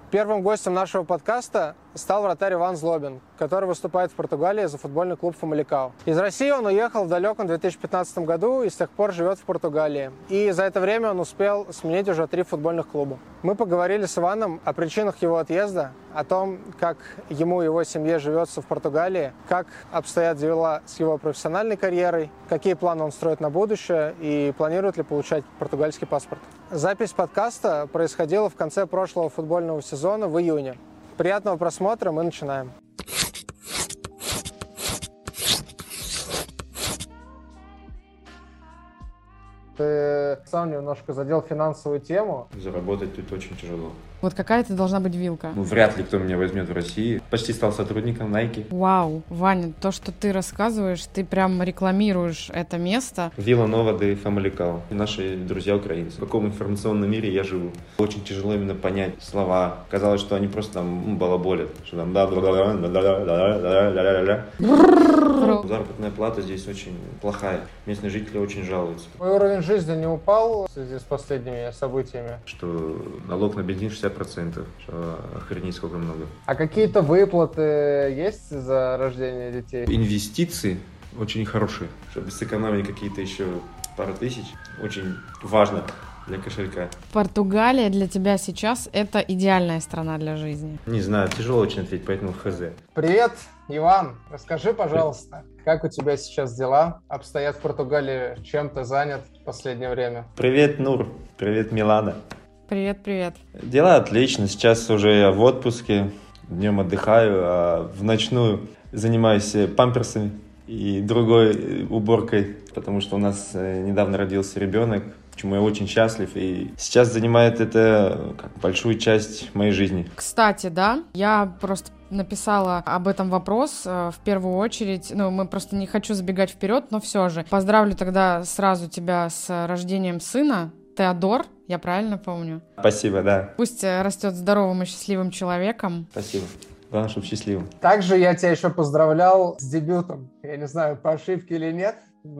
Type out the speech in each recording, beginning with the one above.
Первым гостем нашего подкаста стал вратарь Иван Злобин, который выступает в Португалии за футбольный клуб Фамаликау. Из России он уехал в далеком 2015 году и с тех пор живет в Португалии. И за это время он успел сменить уже 3 футбольных клуба. Мы поговорили с Иваном о причинах его отъезда, о том, как ему и его семье живется в Португалии, как обстоят дела с его профессиональной карьерой, какие планы он строит на будущее и планирует ли получать португальский паспорт. Запись подкаста происходила в конце прошлого футбольного сезона в июне. Приятного просмотра, мы начинаем. Ты сам немножко задел финансовую тему. Заработать тут очень тяжело. Вот какая-то должна быть вилка. Вряд ли кто меня возьмет в России. Почти стал сотрудником Nike. Вау, Ваня, то, что ты рассказываешь, ты прям рекламируешь это место. Вилла Нова де Фамаликау. Наши друзья украинцы. В каком информационном мире я живу. Очень тяжело именно понять слова. Казалось, что они просто там балаболят. Что там заработная плата здесь очень плохая. Местные жители очень жалуются. Твой уровень жизни не упал в связи с последними событиями? Что налог на бензин 60%. Что охренеть сколько много. А какие-то выплаты есть за рождение детей? Инвестиции очень хорошие. Чтобы сэкономить какие-то еще пару тысяч. Очень важно для кошелька. Португалия для тебя сейчас это идеальная страна для жизни? Не знаю, тяжело очень ответить, поэтому хз. Привет, Иван. Расскажи, пожалуйста, как у тебя сейчас дела? Обстоят в Португалии? Чем ты занят в последнее время? Привет, Нур. Привет, Милана. Привет. Дела отлично. Сейчас уже я в отпуске. Днем отдыхаю, а в ночную занимаюсь памперсами и другой уборкой, потому что у нас недавно родился ребенок, чему я очень счастлив, и сейчас занимает это большую часть моей жизни. Кстати, да, я просто написала об этом вопрос в первую очередь. Мы просто не хочу забегать вперед, но все же. Поздравлю тогда сразу тебя с рождением сына, Теодор, я правильно помню? Спасибо, да. Пусть растет здоровым и счастливым человеком. Спасибо. Главное, чтобы счастливым. Также я тебя еще поздравлял с дебютом. Я не знаю, по ошибке или нет,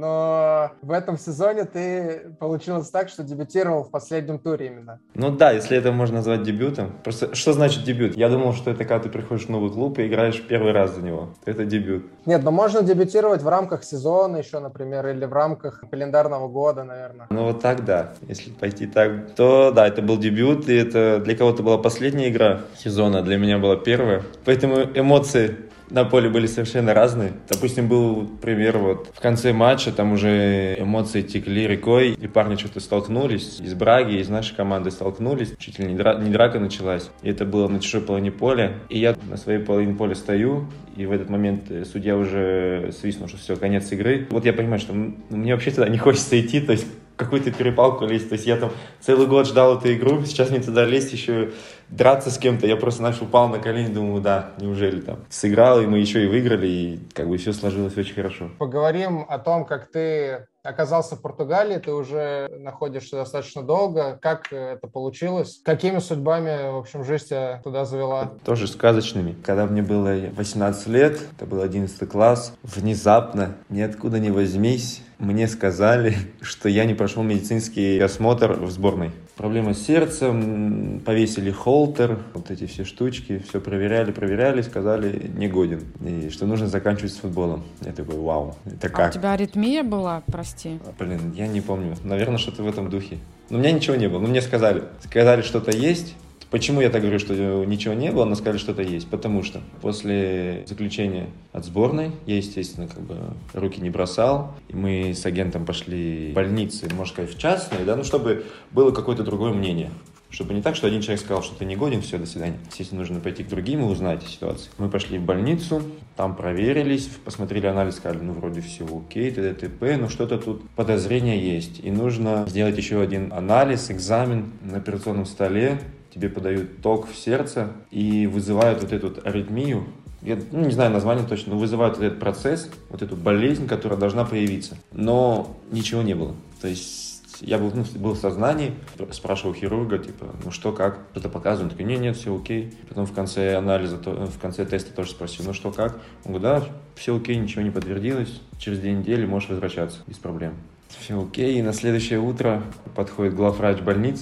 но в этом сезоне ты получилось так, что дебютировал в последнем туре именно. Ну да, если это можно назвать дебютом. Просто что значит дебют? Я думал, что это когда ты приходишь в новый клуб и играешь первый раз за него. Это дебют. Нет, но можно дебютировать в рамках сезона еще, например, или в рамках календарного года, наверное. Ну вот так да. Если пойти так, то да, это был дебют, и это для кого-то была последняя игра сезона, для меня была первая. Поэтому эмоции на поле были совершенно разные. Допустим, был пример вот в конце матча, там уже эмоции текли рекой, и парни что-то столкнулись, из Браги, из нашей команды столкнулись, чуть ли не драка началась, и это было на чужой половине поля, и я на своей половине поля стою, и в этот момент судья уже свистнул, что все, конец игры. Вот я понимаю, что мне вообще туда не хочется идти, то есть какую-то перепалку лезть. То есть я там целый год ждал эту игру, сейчас мне туда лезть еще драться с кем-то. Я просто, знаешь, упал на колени, думаю, да, неужели там. Сыграл, и мы еще и выиграли, и как бы все сложилось очень хорошо. Поговорим о том, как ты оказался в Португалии, ты уже находишься достаточно долго. Как это получилось? Какими судьбами, в общем, жизнь тебя туда завела? Тоже сказочными. Когда мне было 18 лет, это был 11 класс, внезапно, ниоткуда не возьмись, мне сказали, что я не прошел медицинский осмотр в сборной. Проблема с сердцем, повесили холтер, вот эти все штучки, все проверяли, сказали, не годен. И что нужно заканчивать с футболом. Я такой, вау, это как? А у тебя аритмия была, прости? Блин, я не помню. Наверное, что-то в этом духе. Но у меня ничего не было. Мне сказали, что-то есть. Почему я так говорю, что ничего не было, но сказали, что-то есть? Потому что после заключения от сборной я, естественно, руки не бросал. И мы с агентом пошли в больницы, можно сказать, в частные, да, чтобы было какое-то другое мнение. Чтобы не так, что один человек сказал, что ты не годен, все, до свидания. Естественно, нужно пойти к другим и узнать ситуацию. Мы пошли в больницу, там проверились, посмотрели анализ, сказали, вроде все окей, т.д. но что-то тут подозрение есть. И нужно сделать еще один анализ, экзамен на операционном столе. Тебе подают ток в сердце и вызывают вот эту аритмию. Я не знаю название точно, но вызывают вот этот процесс, вот эту болезнь, которая должна появиться. Но ничего не было. То есть я был в сознании, спрашивал хирурга, что, как, что-то показывает. Он такой, нет, все окей. Потом в конце анализа, в конце теста тоже спросил, что, как? Он говорит, да, все окей, ничего не подтвердилось. Через 2 недели можешь возвращаться без проблем. Все окей, и на следующее утро подходит главврач больницы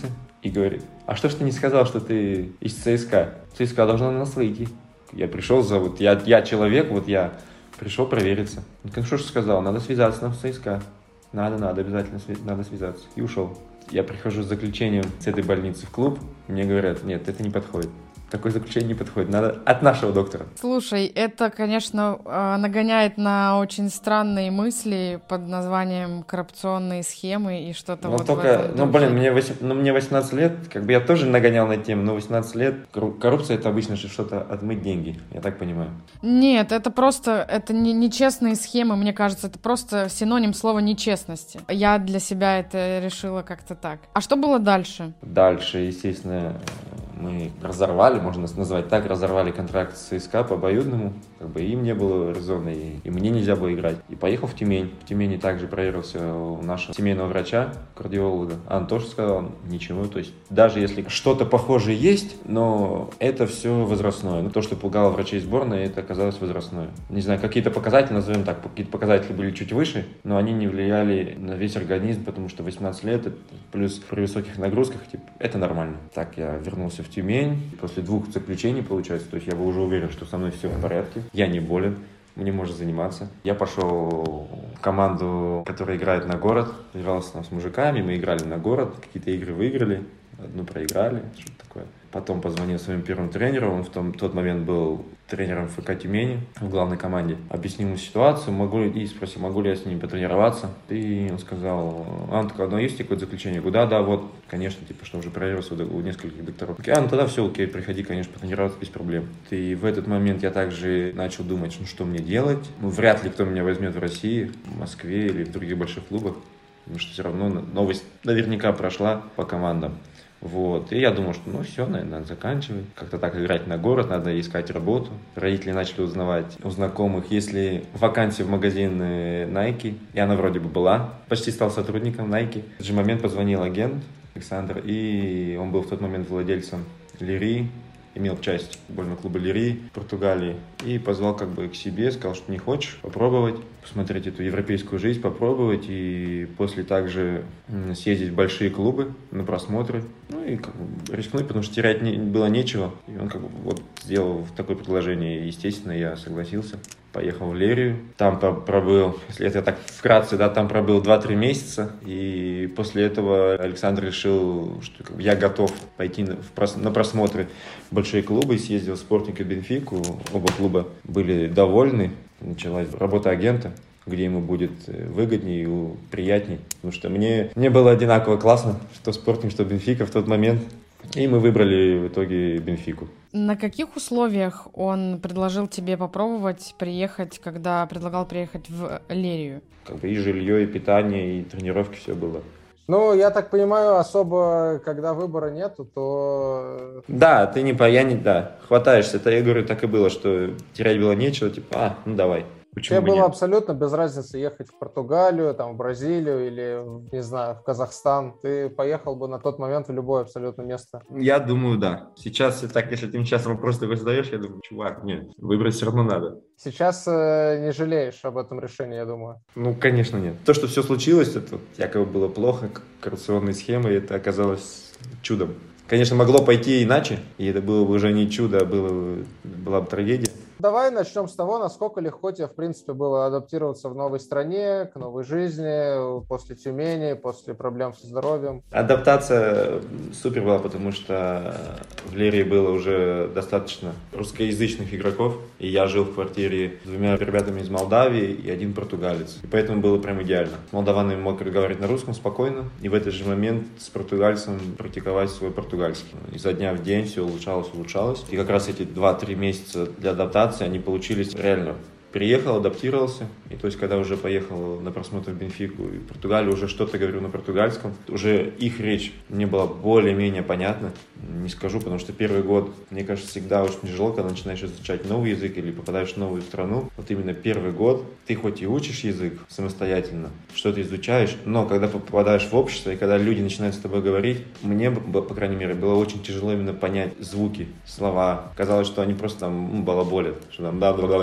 и говорит: а что ж ты не сказал, что ты из ЦСКА? ЦСКА должна на нас выйти. Я пришел я человек, я пришел провериться. Ну, что ж сказал, надо связаться нам с ЦСКА. Надо, обязательно надо связаться. И ушел. Я прихожу с заключением с этой больницы в клуб, мне говорят: нет, это не подходит. Такое заключение не подходит, надо от нашего доктора. Слушай, это, конечно, нагоняет на очень странные мысли под названием коррупционные схемы и что-то вот в этом духе. Мне 18 лет, я тоже нагонял на тему, но 18 лет, коррупция это обычно что-то отмыть деньги, я так понимаю. Нет, это нечестные схемы, мне кажется, это просто синоним слова нечестности. Я для себя это решила как-то так. А что было дальше? Дальше, естественно, мы разорвали, можно назвать так, контракт с ЦСКА по обоюдному. Им не было резона, и мне нельзя было играть. И поехал в Тюмень. В Тюмени также проверился у нашего семейного врача, кардиолога. Он тоже сказал: ничего, то есть даже если что-то похожее есть, но это все возрастное. То, что пугало врачей сборной, это оказалось возрастное. Не знаю, какие-то показатели, назовем так, какие-то показатели были чуть выше, но они не влияли на весь организм, потому что 18 лет, плюс при высоких нагрузках, это нормально. Так, я вернулся в Тюмень. После 2 заключений, получается, то есть я был уже уверен, что со мной все в порядке. Я не болен, мне можно заниматься. Я пошел в команду, которая играет на город. Игрался там с мужиками, мы играли на город, какие-то игры выиграли, одну проиграли, что-то такое. Потом позвонил своему первому тренеру, он в тот момент был тренером ФК Тюмени в главной команде. Объяснил ему ситуацию, спросил, могу ли я с ним потренироваться. И он сказал: есть какое-то заключение? Я говорю: да, вот, конечно, что уже проверился у нескольких докторов. Тогда все, окей, приходи, конечно, потренироваться без проблем. И в этот момент я также начал думать, что мне делать. Вряд ли кто меня возьмет в России, в Москве или в других больших клубах, потому что все равно новость наверняка прошла по командам. И я думал, что все, наверное, надо заканчивать. Как-то так играть на город, надо искать работу. Родители начали узнавать у знакомых, есть ли вакансия в магазине Nike. И она вроде бы была. Почти стал сотрудником Nike. В этот же момент позвонил агент Александр, и он был в тот момент владельцем Лирии. Имел часть футбольного клуба Лирии в Португалии. И позвал к себе, сказал, что не хочешь попробовать, посмотреть эту европейскую жизнь, попробовать. И после также съездить в большие клубы на просмотры. И рискнуть, потому что терять было нечего. И он сделал такое предложение. И, естественно, я согласился. Поехал в Лерию. Там пробыл, если это так вкратце, там пробыл 2-3 месяца. И после этого Александр решил, что я готов пойти на просмотры в большие клубы. И съездил в Спортинг и Бенфику. Оба клуба были довольны. Началась работа агента, где ему будет выгоднее и приятнее. Потому что мне было одинаково классно, что Спортинг, что Бенфика в тот момент. И мы выбрали в итоге Бенфику. На каких условиях он предложил тебе попробовать приехать, когда предлагал приехать в Лерию? И жилье, и питание, и тренировки, все было. Я так понимаю, особо, когда выбора нету, то... Да, хватаешься. Я говорю, так и было, что терять было нечего, давай. Тебе было абсолютно без разницы ехать в Португалию, в Бразилию или, не знаю, в Казахстан. Ты поехал бы на тот момент в любое абсолютно место. Я думаю, да. Сейчас, если ты мне сейчас вопрос такой задаешь, я думаю: чувак, нет, выбрать все равно надо. Сейчас не жалеешь об этом решении, я думаю? Конечно, нет. То, что все случилось, это якобы было плохо, коррупционные схемы, это оказалось чудом. Конечно, могло пойти иначе, и это было бы уже не чудо, а была бы трагедия. Давай начнем с того, насколько легко тебе, в принципе, было адаптироваться в новой стране, к новой жизни, после Тюмени, после проблем со здоровьем. Адаптация супер была, потому что в Лерии было уже достаточно русскоязычных игроков, и я жил в квартире с 2 ребятами из Молдавии и 1 португалец. И поэтому было прям идеально. Молдаванин мог разговаривать на русском спокойно, и в этот же момент с португальцем практиковать свой португальский. Изо дня в день все улучшалось. И как раз эти 2-3 месяца для адаптации, они получились реально. Приехал, адаптировался, и то есть, когда уже поехал на просмотр в Бенфику и Португалию, уже что-то говорю на португальском, уже их речь мне была более-менее понятна. Не скажу, потому что первый год, мне кажется, всегда очень тяжело, когда начинаешь изучать новый язык или попадаешь в новую страну. Вот именно первый год ты хоть и учишь язык самостоятельно, что-то изучаешь, но когда попадаешь в общество и когда люди начинают с тобой говорить, мне, по крайней мере, было очень тяжело именно понять звуки, слова. Казалось, что они просто там балаболят, что там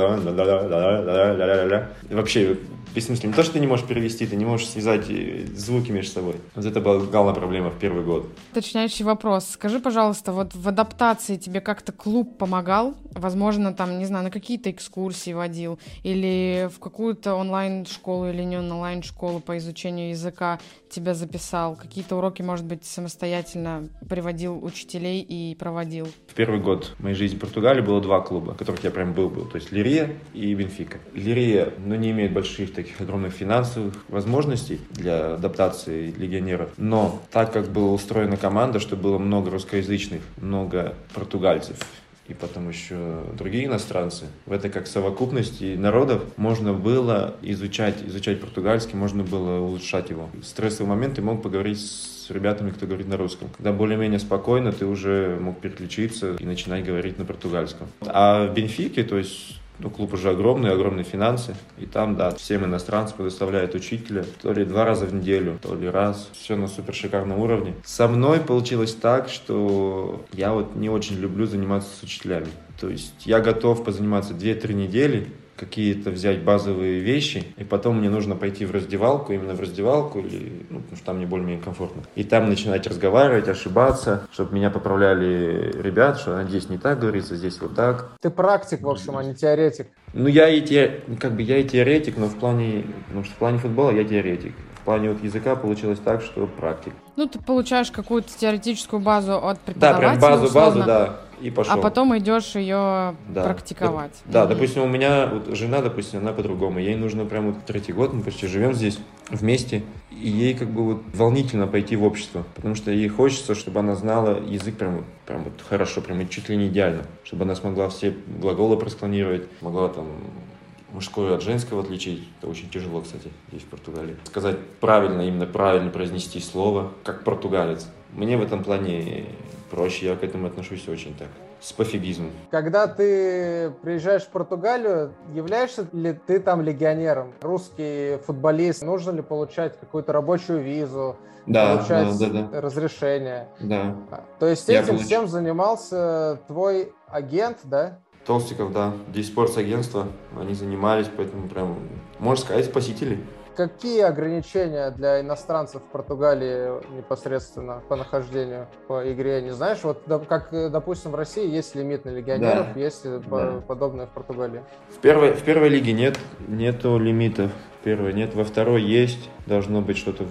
вообще бессмысленно. Не то, что ты не можешь перевести, ты не можешь связать звуки между собой. Вот это была главная проблема в первый год. Уточняющий вопрос. Скажи, пожалуйста, вот в адаптации тебе как-то клуб помогал? Возможно, там, не знаю, на какие-то экскурсии водил или в какую-то онлайн-школу или не онлайн-школу по изучению языка тебя записал? Какие-то уроки, может быть, самостоятельно приводил учителей и проводил? В первый год моей жизни в Португалии было 2 клуба, в которых я прям был. То есть Лирия и Бенфика. Лирия, не имеет больших таких огромных финансовых возможностей для адаптации легионеров. Но так как была устроена команда, что было много русскоязычных, много португальцев, и потом еще другие иностранцы. В этой как совокупности народов можно было изучать португальский, можно было улучшать его. В стрессовый момент ты мог поговорить с ребятами, кто говорит на русском. Когда более-менее спокойно, ты уже мог переключиться и начинать говорить на португальском. А в Бенфике, то есть клуб уже огромные финансы. И там, да, всем иностранцам предоставляют учителя. То ли 2 раза в неделю, то ли раз. Все на супер шикарном уровне. Со мной получилось так, что я вот не очень люблю заниматься с учителями. То есть я готов позаниматься 2-3 недели, какие-то взять базовые вещи, и потом мне нужно пойти в раздевалку, именно в раздевалку, или, потому что там мне более-менее комфортно. И там начинать разговаривать, ошибаться, чтобы меня поправляли ребят, что здесь не так говорится, здесь вот так. Ты практик, в общем, а не теоретик. Я и теоретик, но потому что в плане футбола я теоретик. В плане вот языка получилось так, что практик. Ты получаешь какую-то теоретическую базу от преподавателя, да, прям базу, условно, да, и пошел. а потом идешь ее практиковать. Да, допустим, у меня вот жена, допустим, она по-другому. Ей нужно прям вот 3-й год, мы почти живем здесь вместе, и ей волнительно пойти в общество, потому что ей хочется, чтобы она знала язык прям вот хорошо, прям чуть ли не идеально, чтобы она смогла все глаголы просклонировать, могла там мужское от женского отличить. Это очень тяжело, кстати, здесь в Португалии. Сказать именно правильно произнести слово, как португалец. Мне в этом плане проще, я к этому отношусь очень так, с пофигизмом. Когда ты приезжаешь в Португалию, являешься ли ты там легионером? Русский футболист, нужно ли получать какую-то рабочую визу, получать разрешение? Да. То есть этим всем занимался твой агент, да? Толстиков, да. Здесь спортсагентство, они занимались, поэтому прям, можно сказать, спасители. Какие ограничения для иностранцев в Португалии непосредственно по нахождению по игре? Не знаешь, вот как, допустим, в России есть лимит на легионеров, есть подобное в Португалии? В первой лиге нету лимитов. В первой нет, во второй есть. Должно быть что-то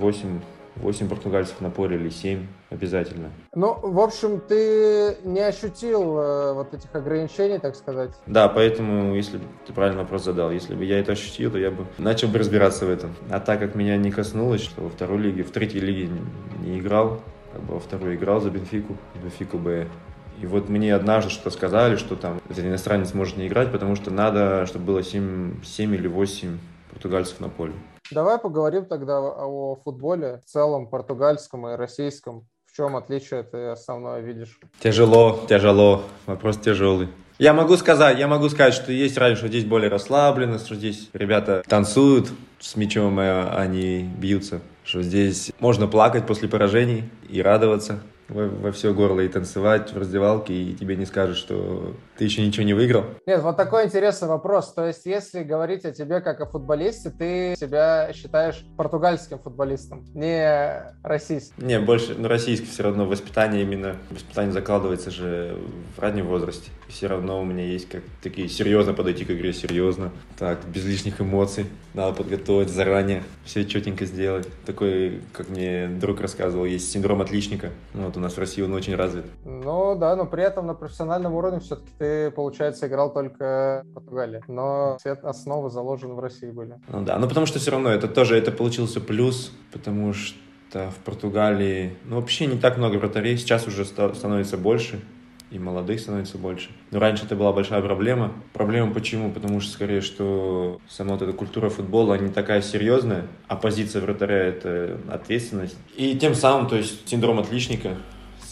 8 португальцев на поле или 7 обязательно. В общем, ты не ощутил вот этих ограничений, так сказать? Да, поэтому, если ты правильный вопрос задал, если бы я это ощутил, то я бы начал бы разбираться в этом. А так как меня не коснулось, что во второй лиге, в 3-й лиге не играл, во второй играл за Бенфику Б. И вот мне однажды что-то сказали, что там этот иностранец может не играть, потому что надо, чтобы было 7 или 8 португальцев на поле. Давай поговорим тогда о футболе в целом, португальском и российском. В чем отличие ты основное видишь? Тяжело. Вопрос тяжелый. Я могу сказать, что есть разница, что здесь более расслабленно, что здесь ребята танцуют с мячом, они бьются. Что здесь можно плакать после поражений и радоваться во все горло и танцевать в раздевалке, и тебе не скажут, что ты еще ничего не выиграл. Нет, вот такой интересный вопрос. То есть, если говорить о тебе как о футболисте, ты себя считаешь португальским футболистом, не российским? Не, больше, российский все равно воспитание закладывается же в раннем возрасте. Все равно у меня есть как такие серьезно подойти к игре, серьезно, так, без лишних эмоций. Надо подготовить заранее, все четенько сделать. Такой, как мне друг рассказывал, есть синдром отличника. Вот у нас в России он очень развит. Но при этом на профессиональном уровне все-таки ты, получается, играл только в Португалии. Но все основы заложены в России были. Потому что все равно это получился плюс, потому что в Португалии вообще не так много вратарей. Сейчас уже становится больше. И молодых становится больше. Но раньше это была большая проблема. Проблема почему? Потому что, скорее, что сама вот эта культура футбола не такая серьезная, а позиция вратаря – это ответственность. И тем самым, то есть, синдром отличника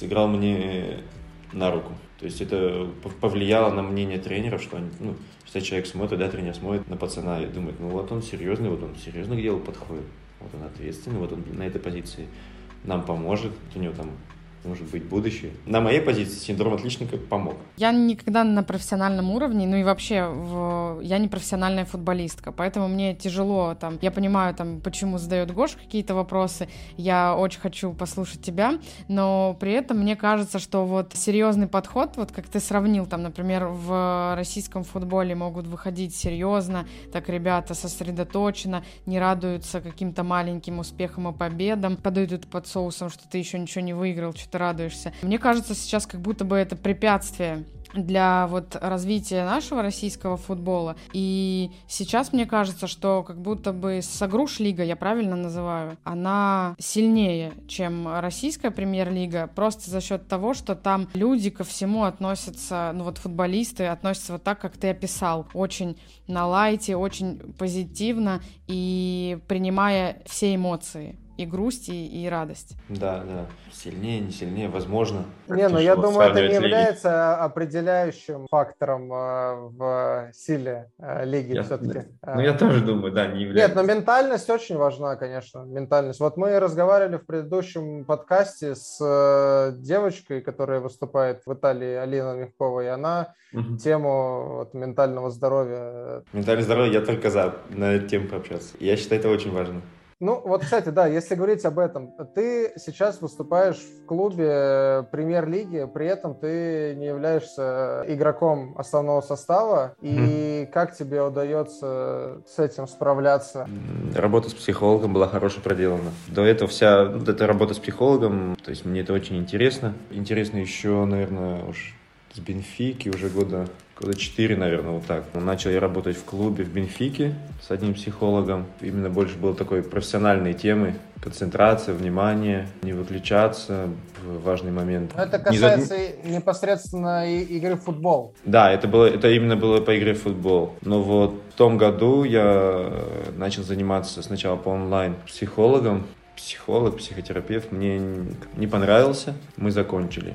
сыграл мне на руку. То есть это повлияло на мнение тренеров, что они, если человек смотрит, да, тренер смотрит на пацана и думает, вот он серьезный, вот он серьезно к делу подходит, вот он ответственный, вот он на этой позиции нам поможет, у него там может быть будущее. На моей позиции синдром отличника помог. Я никогда на профессиональном уровне, ну и вообще я не профессиональная футболистка, поэтому мне тяжело там, я понимаю там, почему задает Гоша какие-то вопросы, я очень хочу послушать тебя, но при этом мне кажется, что вот серьезный подход, вот как ты сравнил там, например, в российском футболе могут выходить серьезно, так ребята сосредоточенно, не радуются каким-то маленьким успехам и победам, подают под соусом, что ты еще ничего не выиграл, ты радуешься. Мне кажется, сейчас как будто бы это препятствие для вот развития нашего российского футбола. И сейчас мне кажется, что как будто бы Согруш лига, я правильно называю, она сильнее, чем российская премьер-лига, просто за счет того, что там люди ко всему относятся, ну вот футболисты относятся вот так, как ты описал, очень на лайте, очень позитивно и принимая все эмоции. И грусть, и радость. Да. Сильнее, не сильнее, возможно. Но я думаю, это не является определяющим фактором в силе лиги все-таки. Я тоже думаю, да, не является. Нет, но ментальность очень важна, конечно, ментальность. Вот мы разговаривали в предыдущем подкасте с девочкой, которая выступает в Италии, Алина Мягкова, и она тему ментального здоровья. Ментальное здоровье, я только за на эту тему пообщаться. Я считаю, это очень важно. Ну, вот, кстати, да, если говорить об этом, ты сейчас выступаешь в клубе премьер-лиги, при этом ты не являешься игроком основного состава, и как тебе удается с этим справляться? Работа с психологом была хорошо проделана. До этого вся эта работа с психологом, то есть мне это очень интересно. Интересно еще, наверное, уж с Бенфики уже года 4, наверное, вот так. Начал я работать в клубе в Бенфике с одним психологом. Именно больше было такой профессиональной темы. Концентрация, внимание, не выключаться в важный момент. Это касается непосредственно игры в футбол. Да, это именно было по игре в футбол. Но вот в том году я начал заниматься сначала по онлайн психологом. Психолог, психотерапевт мне не понравился, мы закончили.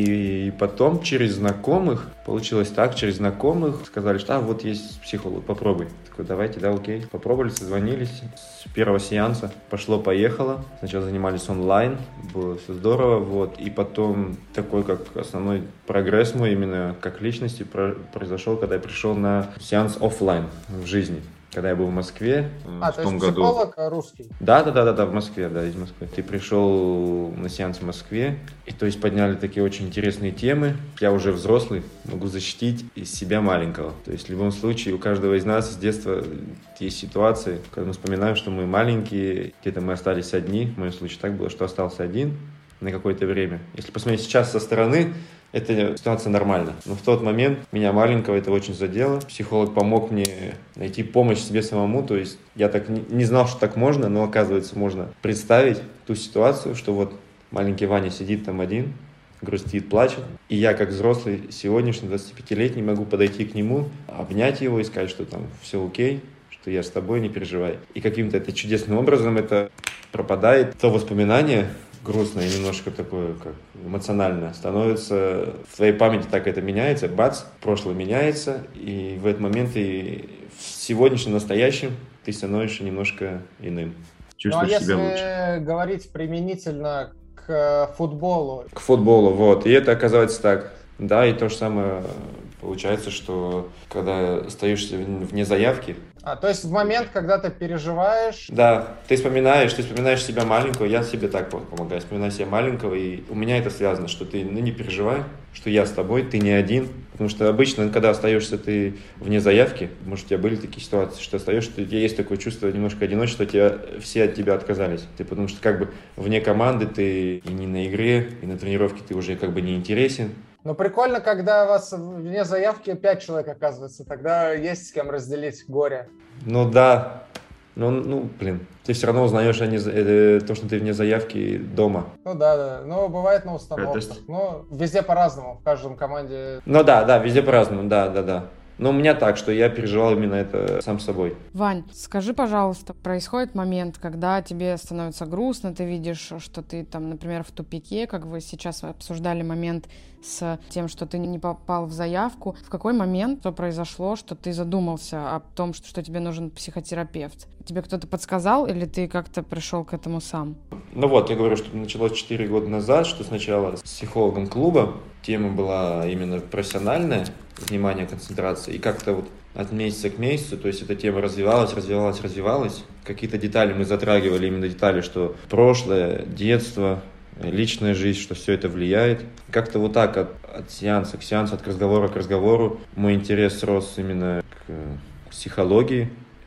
И потом через знакомых, получилось так, через знакомых сказали, что вот есть психолог, попробуй. Такой, давайте, да, окей. Попробовали, созвонились. С первого сеанса пошло-поехало. Сначала занимались онлайн, было все здорово, вот. И потом такой, как основной прогресс мой именно как личности произошел, когда я пришел на сеанс офлайн в жизни. Когда я был в Москве в том году. Психолог русский? Да, в Москве, да, из Москвы. Ты пришел на сеанс в Москве, и то есть подняли такие очень интересные темы. Я уже взрослый, могу защитить из себя маленького. То есть в любом случае у каждого из нас с детства есть ситуации, когда мы вспоминаем, что мы маленькие, где-то мы остались одни. В моем случае так было, что остался один на какое-то время. Если посмотреть сейчас со стороны, эта ситуация нормальна. Но в тот момент меня маленького это очень задело. Психолог помог мне найти помощь себе самому. То есть я так не знал, что так можно, но оказывается можно представить ту ситуацию, что вот маленький Ваня сидит там один, грустит, плачет. И я как взрослый сегодняшний 25-летний могу подойти к нему, обнять его и сказать, что там все окей, что я с тобой, не переживай. И каким-то это чудесным образом это пропадает. То воспоминание грустное, немножко такое, как эмоциональное, становится в твоей памяти, так это меняется, бац, прошлое меняется, и в этот момент и в сегодняшнем, настоящем ты становишься немножко иным. Чувствуешь себя лучше. Если говорить применительно к футболу? К футболу, вот, и это оказывается так. Да, и то же самое получается, что когда остаешься вне заявки. То есть в момент, когда ты переживаешь... Да, ты вспоминаешь себя маленького, я себе так помогаю, вспоминаю себя маленького, и у меня это связано, что ты не переживай, что я с тобой, ты не один, потому что обычно, когда остаешься ты вне заявки, может, у тебя были такие ситуации, что остаешься, у тебя есть такое чувство немножко одиночества, все от тебя отказались, потому что как бы вне команды ты и не на игре, и на тренировке ты уже как бы не интересен. Ну, прикольно, когда у вас вне заявки 5 человек оказывается, тогда есть с кем разделить горе. Ну да, ты все равно узнаешь то, что ты вне заявки дома. Ну да, но бывает на установках, везде по-разному, в каждом команде. Ну да, везде по-разному, да. Но у меня так, что я переживал именно это сам собой. Вань, скажи, пожалуйста, происходит момент, когда тебе становится грустно, ты видишь, что ты там, например, в тупике, как вы сейчас обсуждали момент с тем, что ты не попал в заявку. В какой момент что произошло, что ты задумался о том, что тебе нужен психотерапевт? Тебе кто-то подсказал или ты как-то пришел к этому сам? Ну вот, я говорю, что началось 4 года назад, что сначала с психологом клуба. Тема была именно профессиональная, внимание, концентрация. И как-то вот от месяца к месяцу, то есть эта тема развивалась. Какие-то детали мы затрагивали, именно детали, что прошлое, детство, личная жизнь, что все это влияет. Как-то вот так от сеанса к сеансу, от разговора к разговору мой интерес рос именно к психологии.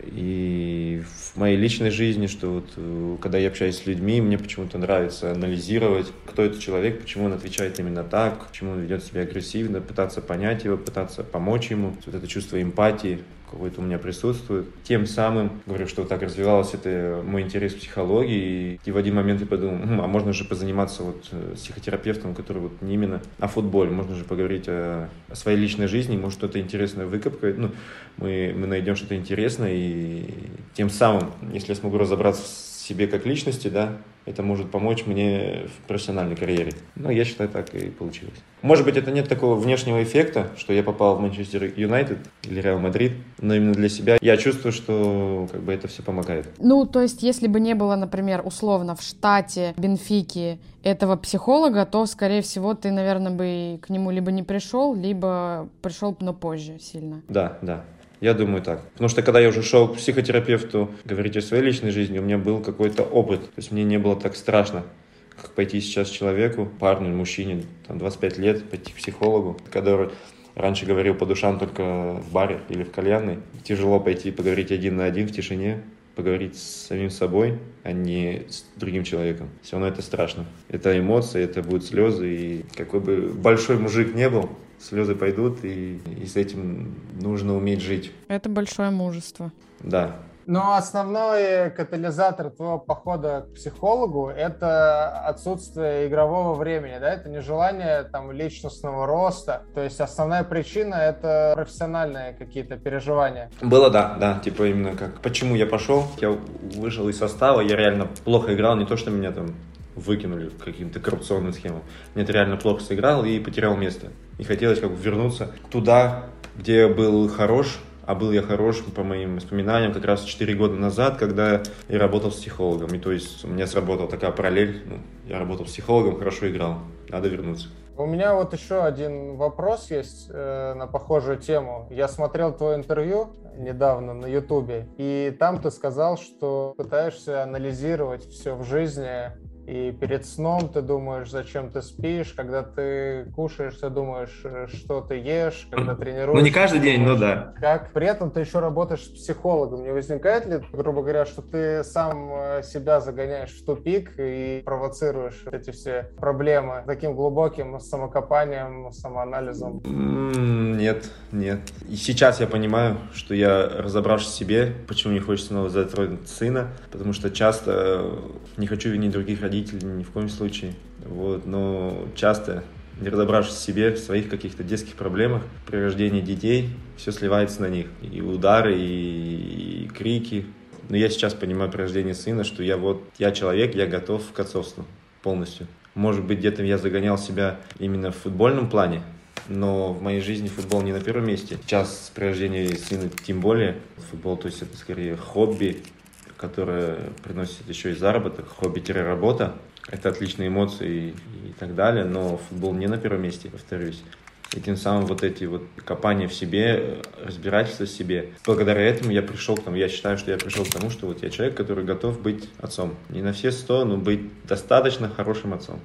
И в моей личной жизни, что вот когда я общаюсь с людьми, мне почему-то нравится анализировать, кто этот человек, почему он отвечает именно так, почему он ведет себя агрессивно, пытаться понять его, пытаться помочь ему. Вот это чувство эмпатии какое-то у меня присутствует. Тем самым, говорю, что вот так развивалось это мой интерес к психологии. И в один момент я подумал, а можно же позаниматься вот с психотерапевтом, который вот не именно о футболе. Можно же поговорить о своей личной жизни, может что-то интересное выкопать. Ну, мы найдем что-то интересное, и тем самым, если я смогу разобраться в себе как личности, да, это может помочь мне в профессиональной карьере. Но я считаю, так и получилось. Может быть, это нет такого внешнего эффекта, что я попал в Манчестер Юнайтед или Реал Мадрид, но именно для себя я чувствую, что как бы это все помогает. Ну, то есть, если бы не было, например, условно в штате Бенфики этого психолога, то, скорее всего, ты, наверное, бы к нему либо не пришел, либо пришел, но позже сильно. Да. Я думаю так. Потому что когда я уже шел к психотерапевту говорить о своей личной жизни, у меня был какой-то опыт. То есть мне не было так страшно, как пойти сейчас человеку, парню, мужчине, там, 25 лет, пойти к психологу, который раньше говорил по душам только в баре или в кальянной. Тяжело пойти поговорить один на один в тишине, поговорить с самим собой, а не с другим человеком. Все равно это страшно. Это эмоции, это будут слезы. И какой бы большой мужик не был, слезы пойдут, и с этим нужно уметь жить. Это большое мужество. Да. Но основной катализатор твоего похода к психологу – это отсутствие игрового времени, да? Это нежелание там личностного роста. То есть основная причина – это профессиональные какие-то переживания. Было, да, типа именно как. Почему я пошел? Я вышел из состава, я реально плохо играл, не то, что меня там выкинули каким-то коррупционным схемам. Нет, реально плохо сыграл и потерял место. И хотелось как бы вернуться туда, где я был хорош, а был я хорош, по моим воспоминаниям, как раз 4 года назад, когда я работал с психологом. И то есть у меня сработала такая параллель. Я работал с психологом, хорошо играл. Надо вернуться. У меня вот еще один вопрос есть на похожую тему. Я смотрел твое интервью недавно на Ютубе, и там ты сказал, что пытаешься анализировать все в жизни. И перед сном ты думаешь, зачем ты спишь, когда ты кушаешь, ты думаешь, что ты ешь, когда тренируешься. Ну, не каждый день, но да. Как? При этом ты еще работаешь с психологом. Не возникает ли, грубо говоря, что ты сам себя загоняешь в тупик и провоцируешь эти все проблемы таким глубоким самокопанием, самоанализом? Нет. И сейчас я понимаю, что я, разобравшись в себе, почему не хочется снова затронуть сына, потому что часто не хочу винить других родителей, ни в коем случае. Вот, но часто, не разобравшись в себе, в своих каких-то детских проблемах, при рождении детей, все сливается на них. И удары, и крики. Но я сейчас понимаю при рождении сына, что я человек, я готов к отцовству полностью. Может быть, где-то я загонял себя именно в футбольном плане, но в моей жизни футбол не на первом месте. Сейчас при рождении сына тем более. Футбол, то есть это скорее хобби, которое приносит еще и заработок, хобби-работа. Это отличные эмоции и так далее, но футбол не на первом месте, повторюсь. И тем самым вот эти вот копания в себе, разбирательство в себе. Благодаря этому я считаю, что я пришел к тому, что вот я человек, который готов быть отцом. Не на все 100, но быть достаточно хорошим отцом.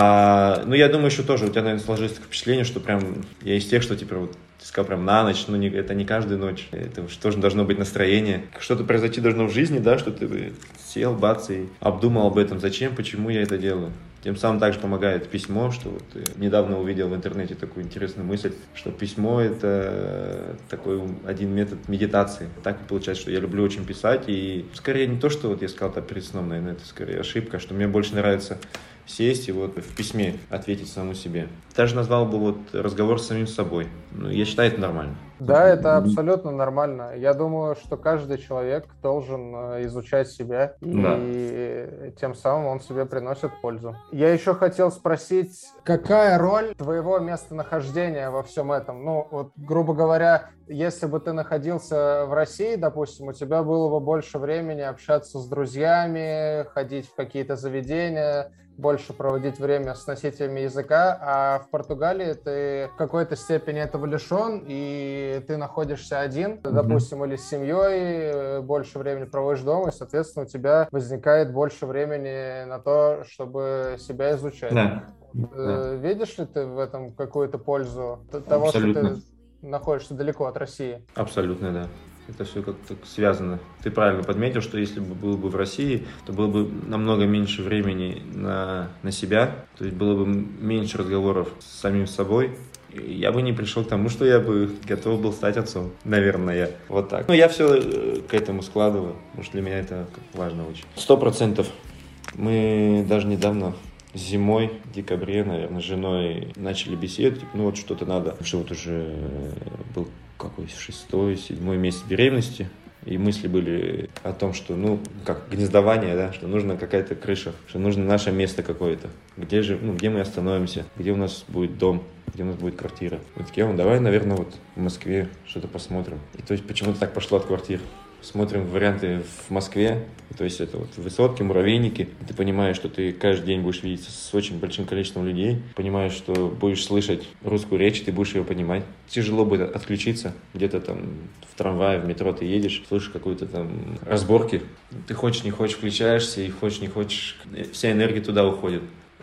Я думаю, еще тоже у тебя, наверное, сложилось такое впечатление, что прям я из тех, что типа вот ты сказал прям на ночь, это не каждую ночь. Это уж тоже должно быть настроение. Что-то произойти должно в жизни, да, что ты сел, бац, и обдумал об этом, зачем, почему я это делаю. Тем самым также помогает письмо, что вот недавно увидел в интернете такую интересную мысль, что письмо – это такой один метод медитации. Так и получается, что я люблю очень писать, и скорее не то, что вот я сказал перед сном, наверное, это скорее ошибка, что мне больше нравится сесть и вот в письме ответить самому себе. Даже назвал бы вот разговор с самим собой. Ну, я считаю, это нормально. Да, это абсолютно нормально. Я думаю, что каждый человек должен изучать себя, Да. и тем самым он себе приносит пользу. Я еще хотел спросить, какая роль твоего местонахождения во всем этом? Ну, вот, грубо говоря, если бы ты находился в России, допустим, у тебя было бы больше времени общаться с друзьями, ходить в какие-то заведения, больше проводить время с носителями языка, а в Португалии ты в какой-то степени этого лишен, и ты находишься один, допустим, или с семьей, больше времени проводишь дома, и, соответственно, у тебя возникает больше времени на то, чтобы себя изучать. Да. Да. Видишь ли ты в этом какую-то пользу того, Абсолютно. что ты находишься далеко от России? Абсолютно, да. Это все как-то связано. Ты правильно подметил, что если бы был бы в России, то было бы намного меньше времени на себя, то есть было бы меньше разговоров с самим собой. И я бы не пришел к тому, что я бы готов был стать отцом, наверное. Вот так. Но я все к этому складываю, потому что для меня это важно очень. 100%. Мы даже недавно зимой, в декабре, наверное, с женой начали беседовать, ну вот что-то надо, потому что вот уже был какой 6-7 месяц беременности, и мысли были о том, что, ну, как гнездование, да, что нужна какая-то крыша, что нужно наше место какое-то, где же, ну, где мы остановимся, где у нас будет дом, где у нас будет квартира. Мы такие, давай, наверное, вот в Москве что-то посмотрим. И то есть почему-то так пошло от квартир. Смотрим варианты в Москве, то есть это вот высотки, муравейники. Ты понимаешь, что ты каждый день будешь видеться с очень большим количеством людей, понимаешь, что будешь слышать русскую речь, ты будешь ее понимать. Тяжело будет отключиться, где-то там в трамвае, в метро ты едешь, слышишь какую-то там разборки. Ты хочешь, не хочешь, включаешься, и хочешь, не хочешь, вся энергия туда уходит.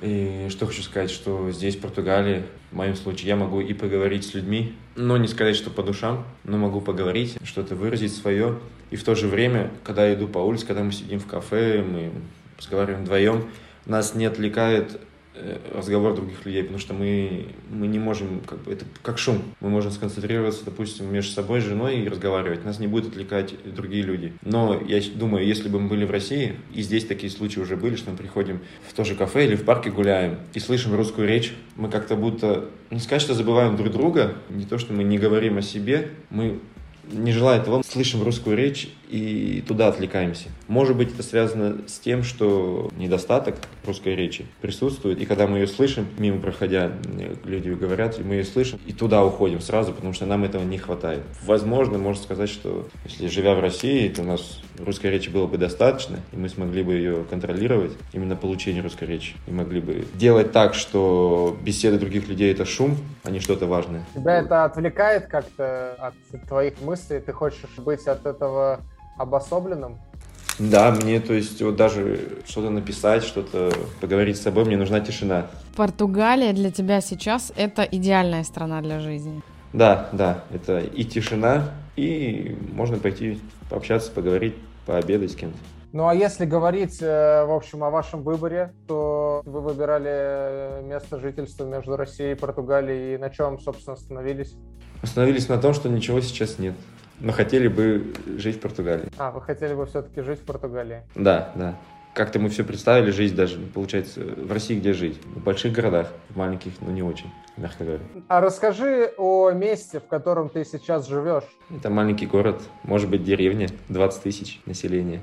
И что хочу сказать, что здесь, в Португалии, в моем случае, я могу и поговорить с людьми, но не сказать, что по душам, но могу поговорить, что-то выразить свое. И в то же время, когда я иду по улице, когда мы сидим в кафе, мы разговариваем вдвоем, нас не отвлекает разговор других людей, потому что мы не можем, это как шум. Мы можем сконцентрироваться, допустим, между собой, с женой и разговаривать. Нас не будут отвлекать другие люди. Но я думаю, если бы мы были в России, и здесь такие случаи уже были, что мы приходим в то же кафе или в парке гуляем и слышим русскую речь, мы как-то будто, не сказать, что забываем друг друга, не то, что мы не говорим о себе, мы, не желая этого, слышим русскую речь и туда отвлекаемся. Может быть, это связано с тем, что недостаток русской речи присутствует, и когда мы ее слышим, мимо проходя, люди говорят, и мы ее слышим, и туда уходим сразу, потому что нам этого не хватает. Возможно, можно сказать, что если живя в России, то у нас русской речи было бы достаточно, и мы смогли бы ее контролировать, именно получение русской речи, и могли бы делать так, что беседы других людей — это шум, а не что-то важное. Тебя это отвлекает как-то от твоих мыслей? Ты хочешь быть от этого обособленным? Да, мне, то есть, вот даже что-то написать, что-то поговорить с собой, мне нужна тишина. Португалия для тебя сейчас — это идеальная страна для жизни. Да, это и тишина, и можно пойти пообщаться, поговорить, пообедать с кем-то. Ну, а если говорить, в общем, о вашем выборе, то вы выбирали место жительства между Россией и Португалией, и на чем, собственно, остановились? Остановились на том, что ничего сейчас нет, но хотели бы жить в Португалии. Вы хотели бы все-таки жить в Португалии? Да. Как-то мы все представили жизнь даже, получается, в России где жить? В больших городах, в маленьких, но не очень, мягко говоря. А расскажи о месте, в котором ты сейчас живешь. Это маленький город, может быть, деревня, 20 тысяч населения.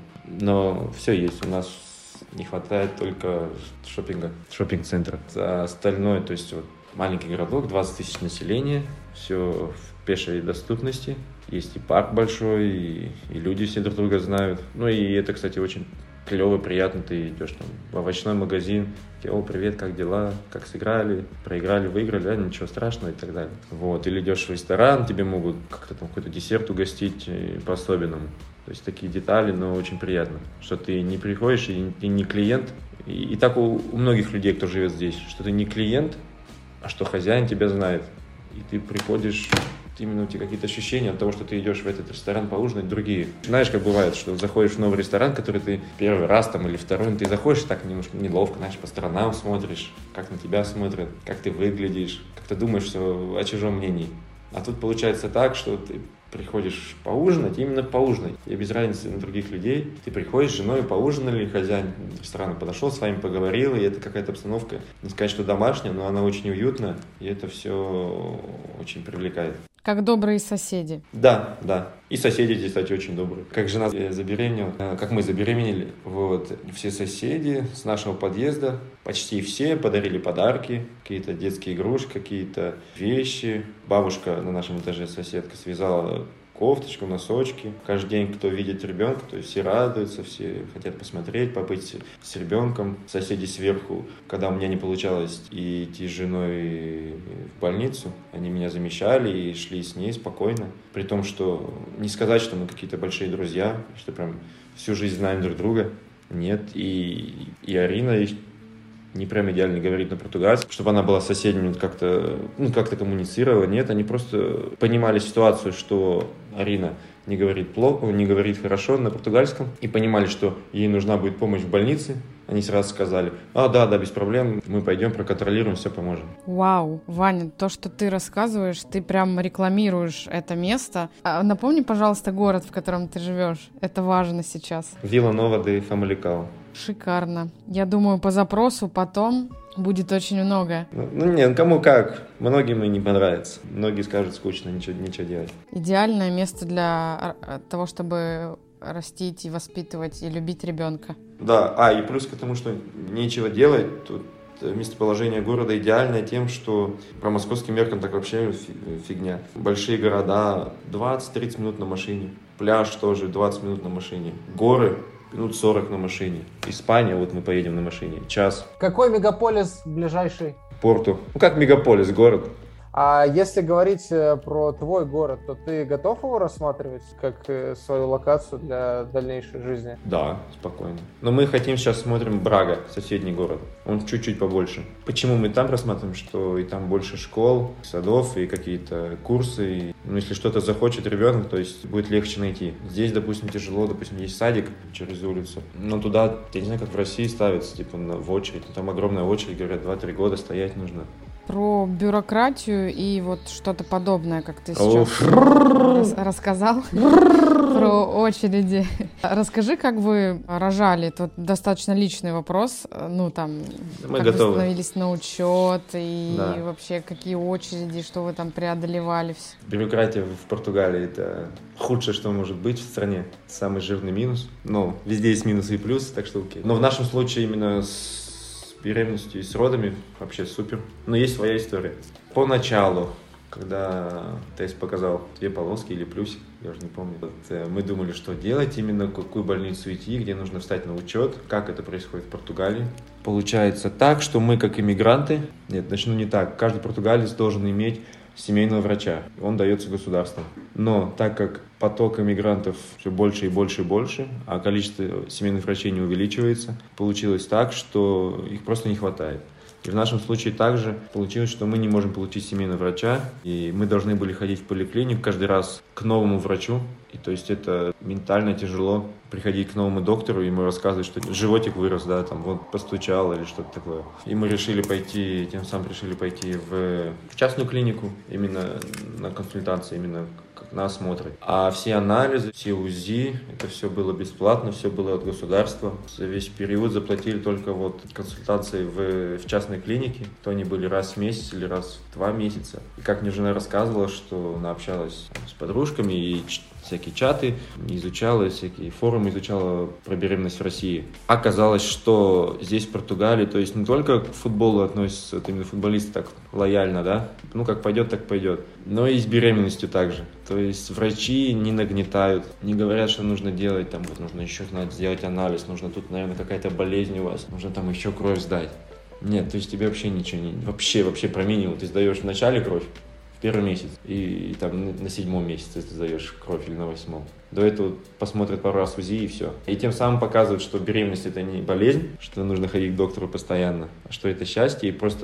Но все есть, у нас не хватает только шоппинг-центра. За остальное, то есть вот маленький городок, 20 тысяч населения, все в пешей доступности. Есть и парк большой, и люди все друг друга знают. Ну и это, кстати, очень клево, приятно. Ты идешь там в овощной магазин, о, привет, как дела, как сыграли, проиграли, выиграли, ничего страшного и так далее. Вот. Или идешь в ресторан, тебе могут как-то там какой-то десерт угостить по-особенному. То есть такие детали, но очень приятно, что ты не приходишь и ты не клиент. И так у многих людей, кто живет здесь, что ты не клиент, а что хозяин тебя знает. И ты приходишь, именно у тебя какие-то ощущения от того, что ты идешь в этот ресторан поужинать, другие. Знаешь, как бывает, что заходишь в новый ресторан, который ты первый раз там или второй, ты заходишь, так немножко неловко, знаешь, по сторонам смотришь, как на тебя смотрят, как ты выглядишь, как ты думаешь о чужом мнении. А тут получается так, что ты приходишь поужинать, именно поужинать. И без разницы на других людей. Ты приходишь с женой, поужинали, хозяин ресторана подошел, с вами поговорил, и это какая-то обстановка, не сказать, что домашняя, но она очень уютная, и это все очень привлекает. Как добрые соседи. Да, да. И соседи здесь, кстати, очень добрые. Как жена забеременела, как мы забеременели, вот, все соседи с нашего подъезда, почти все подарили подарки, какие-то детские игрушки, какие-то вещи. Бабушка на нашем этаже, соседка, связала кофточку, носочки. Каждый день, кто видит ребенка, то есть все радуются, все хотят посмотреть, побыть с ребенком. Соседи сверху, когда у меня не получалось идти с женой в больницу, они меня замещали и шли с ней спокойно. При том, что не сказать, что мы какие-то большие друзья, что прям всю жизнь знаем друг друга. Нет, и Арина не прям идеально говорит на португальском, чтобы она была с соседями как-то коммуницировала. Нет, они просто понимали ситуацию, что Арина не говорит плохо, не говорит хорошо на португальском, и понимали, что ей нужна будет помощь в больнице. Они сразу сказали: да, без проблем, мы пойдем, проконтролируем, все поможем. Вау, Ваня, то, что ты рассказываешь, ты прям рекламируешь это место. Напомни, пожалуйста, город, в котором ты живешь. Это важно сейчас. Вила Нова де Фамаликау. Шикарно. Я думаю, по запросу потом будет очень много. Кому как. Многим и не понравится. Многие скажут: скучно, ничего делать. Идеальное место для того, чтобы растить и воспитывать и любить ребенка. Да, и плюс к тому, что нечего делать, тут местоположение города идеальное тем, что по московским меркам так вообще фигня. Большие города 20-30 минут на машине. Пляж тоже 20 минут на машине. Горы минут 40 на машине. Испания, вот мы поедем на машине, час. Какой мегаполис ближайший? Порту. Как мегаполис, город. А если говорить про твой город, то ты готов его рассматривать как свою локацию для дальнейшей жизни? Да, спокойно. Но мы хотим сейчас смотрим Брага, соседний город. Он чуть-чуть побольше. Почему мы там рассматриваем, что и там больше школ, садов и какие-то курсы. Если что-то захочет ребенок, то есть будет легче найти. Здесь, допустим, тяжело, есть садик через улицу. Но туда, я не знаю, как в России ставится, в очередь. Там огромная очередь, говорят, 2-3 года стоять нужно. Про бюрократию и вот что-то подобное, как ты сейчас рассказал, про очереди. Расскажи, как вы рожали. Это достаточно личный вопрос. Мы как готовы. Вы становились на учет и вообще какие очереди, что вы там преодолевали. Бюрократия в Португалии — это худшее, что может быть в стране. Самый жирный минус. Но везде есть минусы и плюсы, так что окей. Но в нашем случае именно с беременностью и с родами вообще супер. Но есть своя история. Поначалу, когда тест показал 2 полоски или плюсик, я уже не помню, мы думали, что делать, именно в какую больницу идти, где нужно встать на учет, как это происходит в Португалии. Получается так, что мы как иммигранты, начну не так, каждый португалец должен иметь семейного врача. Он дается государством. Но так как поток иммигрантов все больше и больше и больше, а количество семейных врачей не увеличивается, получилось так, что их просто не хватает. И в нашем случае также получилось, что мы не можем получить семейного врача, и мы должны были ходить в поликлинику каждый раз к новому врачу. И то есть это ментально тяжело приходить к новому доктору, и ему рассказывать, что животик вырос, постучал или что-то такое. И мы решили пойти в частную клинику, именно на консультации, именно на осмотры. А все анализы, все УЗИ, это все было бесплатно, все было от государства. За весь период заплатили только консультации в частной клинике. То они были раз в месяц или раз в 2 месяца. И как мне жена рассказывала, что она общалась с подружками и всякие чаты изучала, всякие форумы изучала про беременность в России. Оказалось, что здесь, в Португалии, то есть не только к футболу относятся, вот именно футболисты так лояльно, как пойдет, так пойдет, но и с беременностью также. То есть врачи не нагнетают, не говорят, что нужно делать, нужно еще сделать анализ, нужно тут, наверное, какая-то болезнь у вас, нужно там еще кровь сдать. Нет, то есть тебе вообще ничего вообще про минимум. Ты сдаешь в начале кровь, в 1-й месяц, и там на 7-м месяце ты сдаешь кровь или на 8-м. До этого посмотрят пару раз УЗИ и все. И тем самым показывают, что беременность — это не болезнь, что нужно ходить к доктору постоянно, а что это счастье, и просто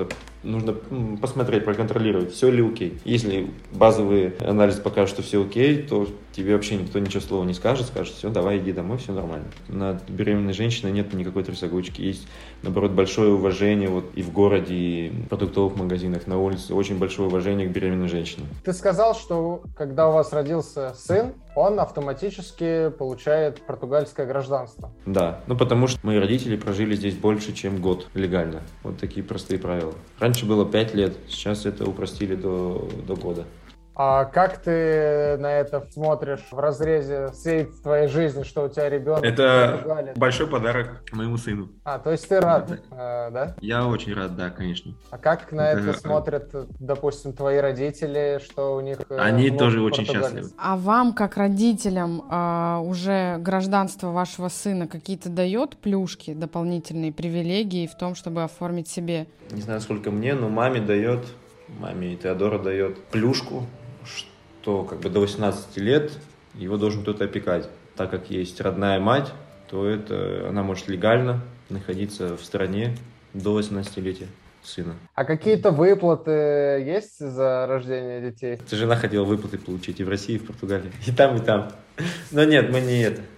нужно посмотреть, проконтролировать, все ли окей. Если базовый анализ покажет, что все окей, то тебе вообще никто ничего слова не скажет, скажет, все, давай иди домой, все нормально. Над беременной женщиной нет никакой трясогучки. Есть, наоборот, большое уважение вот и в городе, и в продуктовых магазинах, на улице. Очень большое уважение к беременной женщине. Ты сказал, что когда у вас родился сын, он автоматически получает португальское гражданство. Да, потому что мои родители прожили здесь больше, чем год легально. Вот такие простые правила. Раньше было 5 лет, сейчас это упростили до года. А как ты на это смотришь в разрезе всей твоей жизни, что у тебя ребенок в Португалии? Это большой подарок моему сыну. То есть ты рад, да? Я очень рад, да, конечно. А как на это смотрят, допустим, твои родители, что у них... Они тоже очень счастливы. А вам, как родителям, уже гражданство вашего сына какие-то дает плюшки, дополнительные привилегии в том, чтобы оформить себе? Не знаю, сколько мне, но маме и Теодора дает плюшку, что как бы до 18 лет его должен кто-то опекать. Так как есть родная мать, то она может легально находиться в стране до 18-летия сына. А какие-то выплаты есть за рождение детей? Жена хотела выплаты получить и в России, и в Португалии. И там, и там. Но нет, мы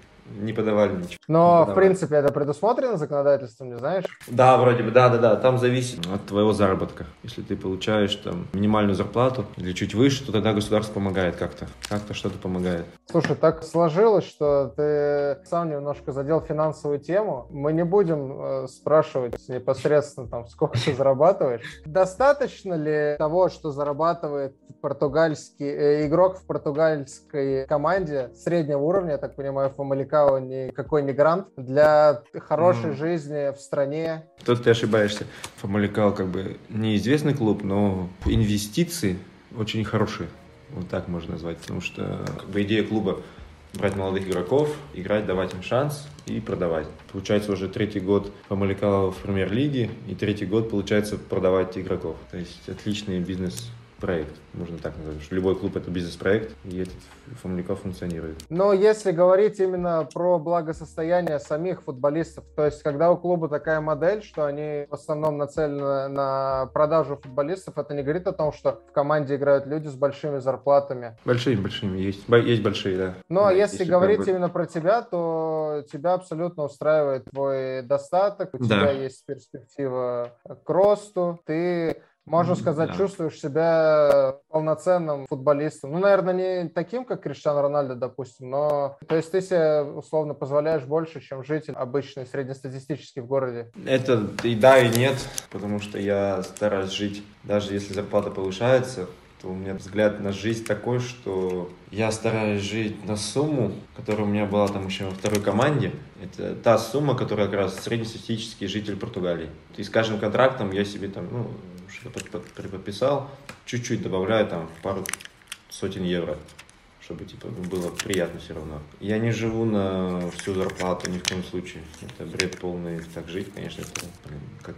не подавали ничего. Но, в принципе, это предусмотрено законодательством, не знаешь? Да, вроде бы, да. Там зависит от твоего заработка. Если ты получаешь там минимальную зарплату или чуть выше, то тогда государство помогает как-то. Как-то что-то помогает. Слушай, так сложилось, что ты сам немножко задел финансовую тему. Мы не будем спрашивать непосредственно, там, сколько ты зарабатываешь. Достаточно ли того, что зарабатывает португальский игрок в португальской команде среднего уровня, я так понимаю, Фамаликао никакой не грант, для хорошей жизни в стране? Тут ты ошибаешься. Фамаликао как бы неизвестный клуб, но инвестиции очень хорошие. Вот так можно назвать. Потому что как бы идея клуба брать молодых игроков, играть, давать им шанс и продавать. Получается уже 3-й год Фамаликао в премьер-лиге и 3-й год получается продавать игроков. То есть отличный бизнес-проект, можно так назвать. Что любой клуб — это бизнес-проект, и этот Фамаликао функционирует. Но если говорить именно про благосостояние самих футболистов, то есть когда у клуба такая модель, что они в основном нацелены на продажу футболистов, это не говорит о том, что в команде играют люди с большими зарплатами? Большими, есть большие, да. Ну, а если говорить именно про тебя, то тебя абсолютно устраивает твой достаток, у тебя есть перспектива к росту, ты... Можно сказать, чувствуешь себя полноценным футболистом. Ну, наверное, не таким, как Криштиану Рональдо, допустим, но... То есть ты себе, условно, позволяешь больше, чем житель обычный, среднестатистический в городе? Это и да, и нет, потому что я стараюсь жить, даже если зарплата повышается, то у меня взгляд на жизнь такой, что я стараюсь жить на сумму, которая у меня была там еще во второй команде. Это та сумма, которая как раз среднестатистический житель Португалии. И с каждым контрактом я себе там, что-то подписал, чуть-чуть добавляю там в пару сотен евро, чтобы было приятно все равно. Я не живу на всю зарплату ни в коем случае. Это бред полный. Так жить, конечно, это как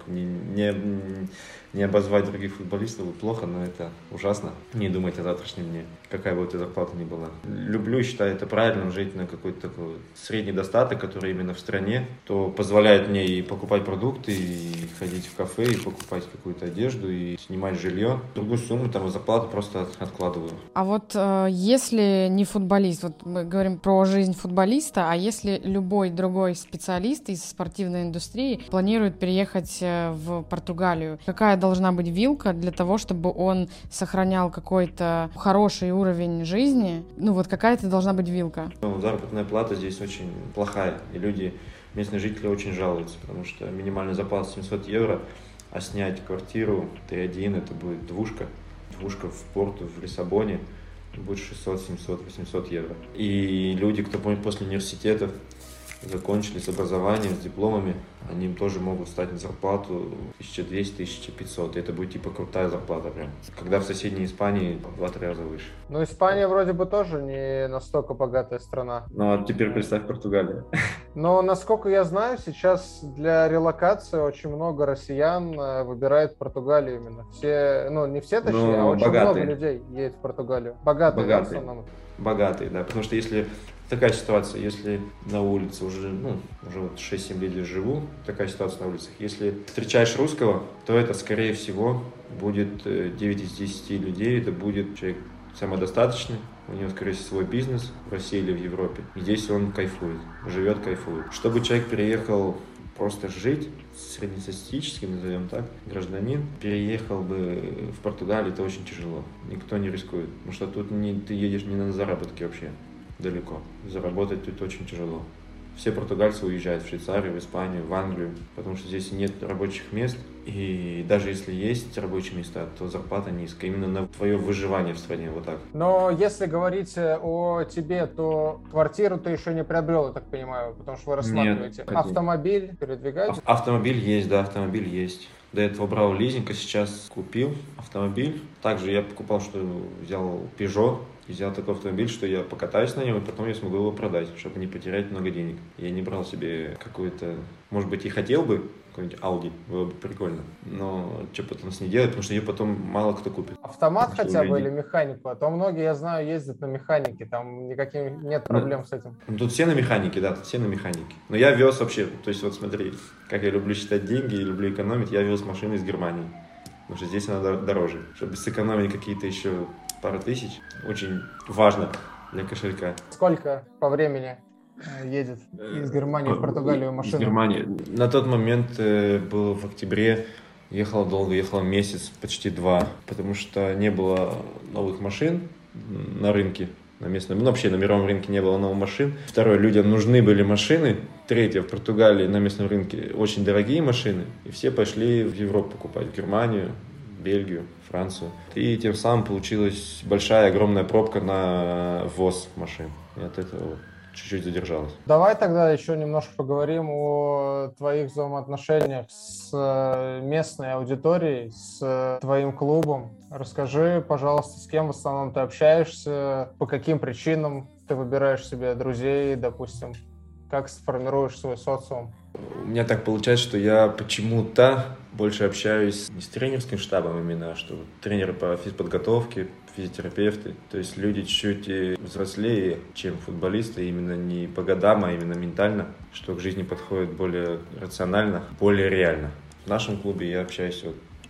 не обозвать других футболистов плохо, но это ужасно. Не думать о завтрашнем дне, какая бы эта зарплата ни была. Люблю, считаю это правильным, жить на какой-то такой средний достаток, который именно в стране, то позволяет мне и покупать продукты, и ходить в кафе, и покупать какую-то одежду, и снимать жилье. Другую сумму, там, зарплату просто откладываю. А вот если не футболист, вот мы говорим про жизнь футболиста, а если любой другой специалист из спортивной индустрии планирует переехать в Португалию, какая должна быть вилка для того, чтобы он сохранял какой-то хороший уровень жизни? Ну вот какая-то должна быть вилка. Заработная плата здесь очень плохая, и местные жители очень жалуются, потому что минимальная зарплата 700 евро, а снять квартиру 3-1 это будет двушка в Порту, в Лиссабоне, будет 600, 700, 800 евро. И люди, кто после университетов закончили с образованием, с дипломами, они тоже могут стать на зарплату 1200-1500. Это будет типа крутая зарплата прям. Когда в соседней Испании в 2-3 раза выше. Ну, Испания вроде бы тоже не настолько богатая страна. Ну, а теперь представь Португалию. Но, насколько я знаю, сейчас для релокации очень много россиян выбирает Португалию именно. Все, ну, не все точнее, а Но очень много богатые. людей едет в Португалию. Богатые, да, в Богатые. основном? Богатые, да. Потому что если такая ситуация, если на улице уже вот 6-7 лет живу, такая ситуация на улицах, если встречаешь русского, то это, скорее всего, будет 9 из 10 людей, это будет человек самодостаточный, у него, скорее всего, свой бизнес в России или в Европе. И здесь он кайфует, живет, кайфует. Чтобы человек переехал просто жить, среднестатистический, назовем так, гражданин, переехал бы в Португалию, это очень тяжело. Никто не рискует, потому что тут ты едешь не на заработки вообще, далеко. Заработать тут очень тяжело. Все португальцы уезжают в Швейцарию, в Испанию, в Англию, потому что здесь нет рабочих мест. И даже если есть рабочие места, то зарплата низкая. Именно на твое выживание в стране, вот так. Но если говорить о тебе, то квартиру ты еще не приобрел, я так понимаю, потому что вы рассматриваете. Нет. Автомобиль передвигаете? Автомобиль есть, да, автомобиль есть. До этого брал лизинг, а сейчас купил автомобиль. Также я покупал, что взял Peugeot. И взял такой автомобиль, что я покатаюсь на нем, и потом я смогу его продать, чтобы не потерять много денег. Я не брал себе какую-то... Может быть, и хотел бы какой-нибудь Audi, было бы прикольно. Но что потом с ней делать, потому что ее потом мало кто купит. Автомат Потому хотя бы или механику? А то многие, я знаю, ездят на механике, там никаких нет проблем с этим. Ну, тут все на механике, да, тут все на механике. Но я вез вообще, то есть вот смотри, как я люблю считать деньги и люблю экономить, я вез машины из Германии. Потому что здесь она дороже. Чтобы сэкономить какие-то еще пару тысяч, очень важно для кошелька. Сколько по времени едет из Германии в Португалию машина? Из Германии. На тот момент было в октябре. Ехала долго, ехала месяц, почти 2, потому что не было новых машин на рынке, на местном, ну вообще на мировом рынке не было новых машин. Второе, людям нужны были машины. Третье, в Португалии на местном рынке очень дорогие машины, и все пошли в Европу покупать, в Германию, Бельгию, Францию. И тем самым получилась большая, огромная пробка на ввоз машин. И от этого чуть-чуть задержалась. Давай тогда еще немножко поговорим о твоих взаимоотношениях с местной аудиторией, с твоим клубом. Расскажи, пожалуйста, с кем в основном ты общаешься, по каким причинам ты выбираешь себе друзей, допустим, как сформируешь свой социум? У меня так получается, что я почему-то больше общаюсь не с тренерским штабом именно, а что тренеры по физподготовке, физиотерапевты. То есть люди чуть-чуть взрослее, чем футболисты, именно не по годам, а именно ментально, что к жизни подходит более рационально, более реально. В нашем клубе я общаюсь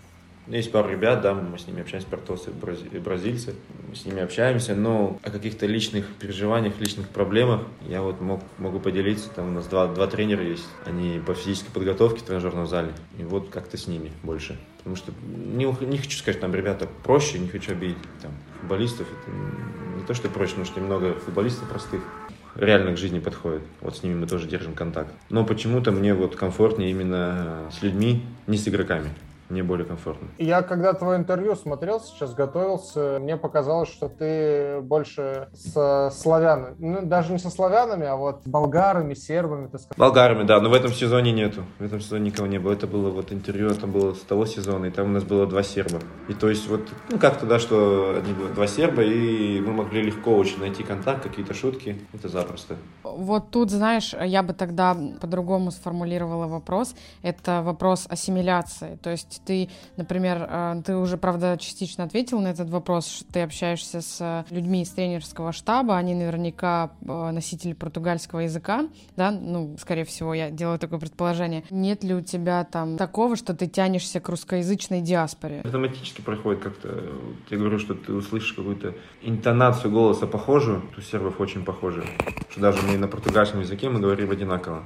есть пару ребят, да, мы с ними общаемся, портовцы и бразильцы, мы с ними общаемся, но о каких-то личных переживаниях, личных проблемах я вот могу поделиться, там у нас два тренера есть, они по физической подготовке в тренажерном зале, и вот как-то с ними больше, потому что не хочу сказать, там ребята проще, не хочу обидеть там футболистов, это не то, что проще, потому что много футболистов простых, реально к жизни подходит. Вот с ними мы тоже держим контакт. Но почему-то мне вот комфортнее именно с людьми, не с игроками. Мне более комфортно. Я когда твое интервью смотрел, сейчас готовился, мне показалось, что ты больше с славянами, ну, даже не со славянами, а вот с болгарами, сербами, ты сказал. Болгарами, да, но в этом сезоне нету. В этом сезоне никого не было. Это было вот интервью, там было с того сезона, и там у нас было 2 серба. И то есть вот, как-то, да, что они были 2 серба, и мы могли легко очень найти контакт, какие-то шутки, это запросто. Вот тут, знаешь, я бы тогда по-другому сформулировала вопрос. Это вопрос ассимиляции. То есть ты, например, ты уже, правда, частично ответил на этот вопрос, что ты общаешься с людьми из тренерского штаба, они наверняка носители португальского языка, да, ну, скорее всего, я делаю такое предположение. Нет ли у тебя там такого, что ты тянешься к русскоязычной диаспоре? Автоматически проходит как-то, я говорю, что ты услышишь какую-то интонацию голоса похожую, у сербов очень похожую, что даже мы на португальском языке мы говорим одинаково,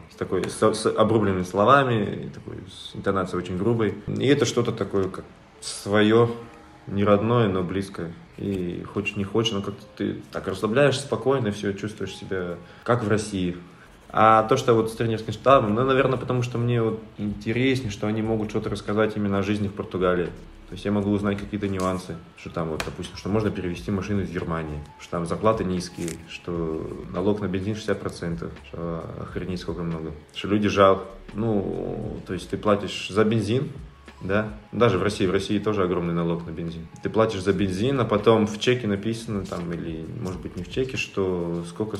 с обрубленными словами, такой, с интонацией очень грубой. И это что-то такое, как свое, не родное, но близкое. И хочешь не хочешь, но как-то ты так расслабляешься спокойно, все, чувствуешь себя как в России. А то, что вот с тренерским штабом, ну, наверное, потому что мне вот интереснее, что они могут что-то рассказать именно о жизни в Португалии. То есть я могу узнать какие-то нюансы, что там вот, допустим, что можно перевезти машину из Германии, что там зарплаты низкие, что налог на бензин 60%, что охренеть сколько много, что люди жалко. Ну, то есть ты платишь за бензин, Да, даже в России тоже огромный налог на бензин. Ты платишь за бензин, а потом в чеке написано, там, или, может быть, не в чеке, что сколько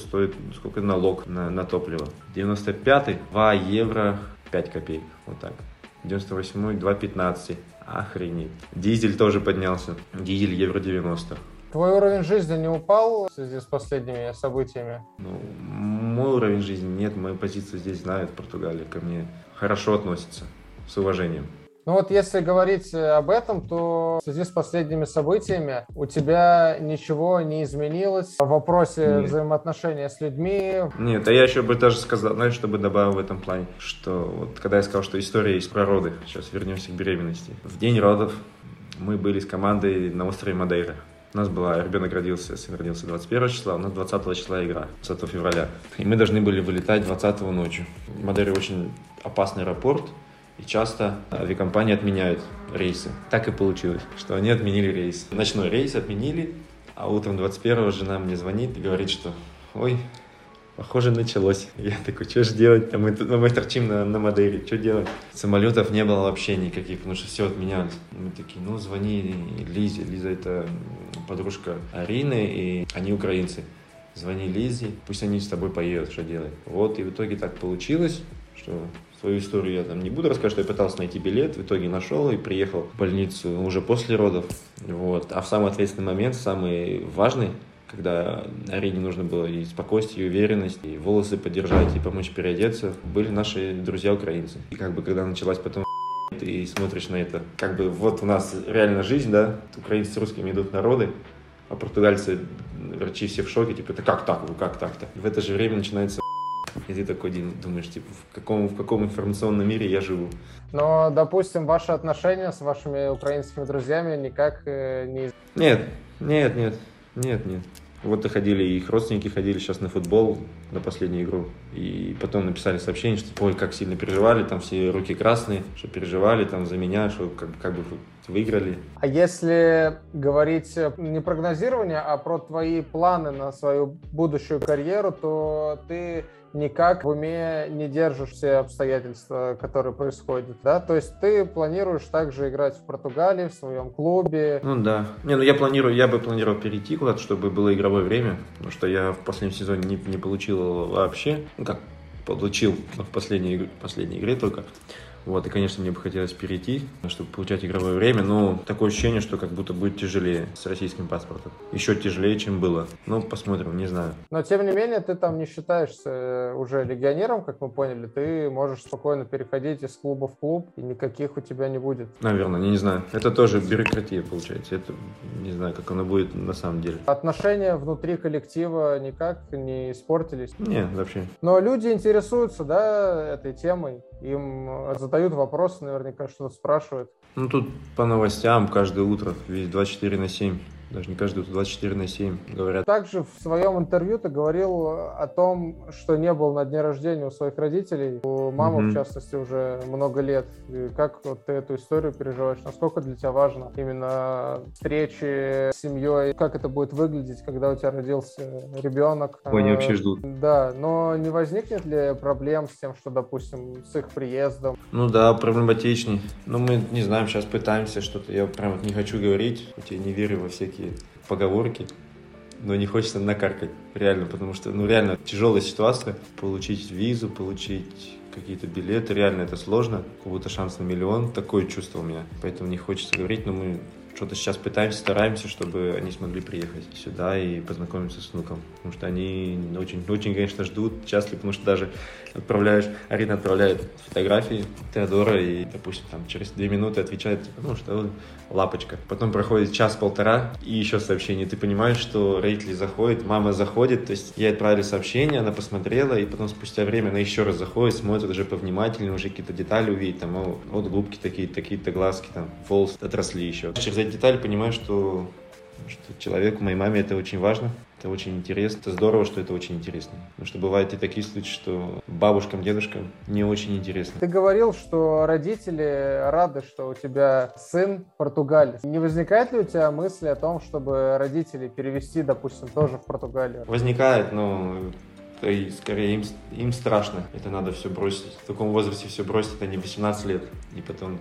налог на топливо. 95-й 2 евро 5 копеек, вот так. 98-й 2,15. Охренеть. Дизель тоже поднялся. Дизель евро 90. Твой уровень жизни не упал в связи с последними событиями? Ну, мой уровень жизни нет, мою позицию здесь знают в Португалии, ко мне хорошо относятся, с уважением. Ну вот если говорить об этом, то в связи с последними событиями у тебя ничего не изменилось в вопросе взаимоотношения с людьми? Нет, а я еще бы даже сказал, знаешь, что бы добавил в этом плане, что вот когда я сказал, что история есть про роды, сейчас вернемся к беременности. В день родов мы были с командой на острове Мадейра. У нас сын родился 21 числа, у нас 20 числа игра, 20 февраля. И мы должны были вылетать 20 ночью. Мадейра очень опасный аэропорт. И часто авиакомпании отменяют рейсы. Так и получилось, что они отменили рейс. Ночной рейс отменили, а утром 21-го жена мне звонит и говорит, что ой, похоже, началось. Я такой, что же делать? Мы торчим на Мадейре, что делать? Самолетов не было вообще никаких, потому что все отменялось. Мы такие, звони Лизе. Лиза — это подружка Арины, и они украинцы. Звони Лизе, пусть они с тобой поедут, что делать. Вот, и в итоге так получилось, что... Свою историю я там не буду рассказывать, что я пытался найти билет, в итоге нашел и приехал в больницу уже после родов. Вот. А в самый ответственный момент, самый важный, когда Арине нужно было и спокойствие, и уверенность, и волосы поддержать, и помочь переодеться, были наши друзья-украинцы. И когда началась потом ты смотришь на это, вот у нас реально жизнь, да, украинцы с русскими идут на роды, а португальцы, врачи все в шоке, это как так, как так-то? В это же время начинается. И ты такой думаешь, в каком информационном мире я живу. Но, допустим, ваши отношения с вашими украинскими друзьями никак не... Нет. Вот их родственники ходили сейчас на футбол, на последнюю игру. И потом написали сообщение, что ой, как сильно переживали, там все руки красные, что переживали там за меня, что как бы выиграли. А если говорить не прогнозирование, а про твои планы на свою будущую карьеру, то ты никак в уме не держишь все обстоятельства, которые происходят, да? То есть ты планируешь также играть в Португалии, в своем клубе? Ну да. Я бы планировал перейти куда-то, чтобы было игровое время, потому что я в последнем сезоне не получил его вообще. Получил в последней игре только. Вот, и, конечно, мне бы хотелось перейти, чтобы получать игровое время, но такое ощущение, что как будто будет тяжелее с российским паспортом. Еще тяжелее, чем было. Посмотрим, не знаю. Но, тем не менее, ты там не считаешься уже легионером, как мы поняли. Ты можешь спокойно переходить из клуба в клуб, и никаких у тебя не будет. Наверное, не знаю. Это тоже бюрократия, получается. Это не знаю, как оно будет на самом деле. Отношения внутри коллектива никак не испортились? Нет, вообще. Но люди интересуются, да, этой темой. Им задают вопросы, наверняка что-то спрашивают. Тут по новостям каждое утро, весь 24/7. Даже не каждый, 24/7 говорят. Также в своем интервью ты говорил о том, что не был на дне рождения у своих родителей. У мамы, в частности, уже много лет. И как ты эту историю переживаешь? Насколько для тебя важно именно встречи с семьей? Как это будет выглядеть, когда у тебя родился ребенок? Они вообще ждут. Да, но не возникнет ли проблем с тем, что, допустим, с их приездом? Да, проблематичней. Мы не знаем, сейчас пытаемся что-то. Я прям не хочу говорить, хоть я не верю во всякие поговорки, но не хочется накаркать, реально, потому что, реально тяжелая ситуация. Получить визу, получить какие-то билеты, реально это сложно, как будто шанс на миллион, такое чувство у меня, поэтому не хочется говорить, но мы что-то сейчас пытаемся, стараемся, чтобы они смогли приехать сюда и познакомиться с внуком, потому что они очень, очень, конечно, ждут, счастливы, потому что даже Арина отправляет фотографии Теодора, и, допустим, там через 2 минуты отвечает, что лапочка. Потом проходит час-полтора, и еще сообщение. Ты понимаешь, что родители заходят, мама заходит, то есть ей отправили сообщение, она посмотрела, и потом спустя время она еще раз заходит, смотрит уже повнимательнее, уже какие-то детали увидит, там, вот губки такие-то глазки, там, волосы отросли еще. Через эти детали понимаешь, что человеку, моей маме это очень важно, это очень интересно, это здорово, что это очень интересно. Потому что бывают и такие случаи, что бабушкам, дедушкам не очень интересно. Ты говорил, что родители рады, что у тебя сын португалец. Не возникает ли у тебя мысли о том, чтобы родителей перевести, допустим, тоже в Португалию? Возникает, но и скорее им страшно. Это надо все бросить. В таком возрасте все бросить, это не 18 лет. И потом тут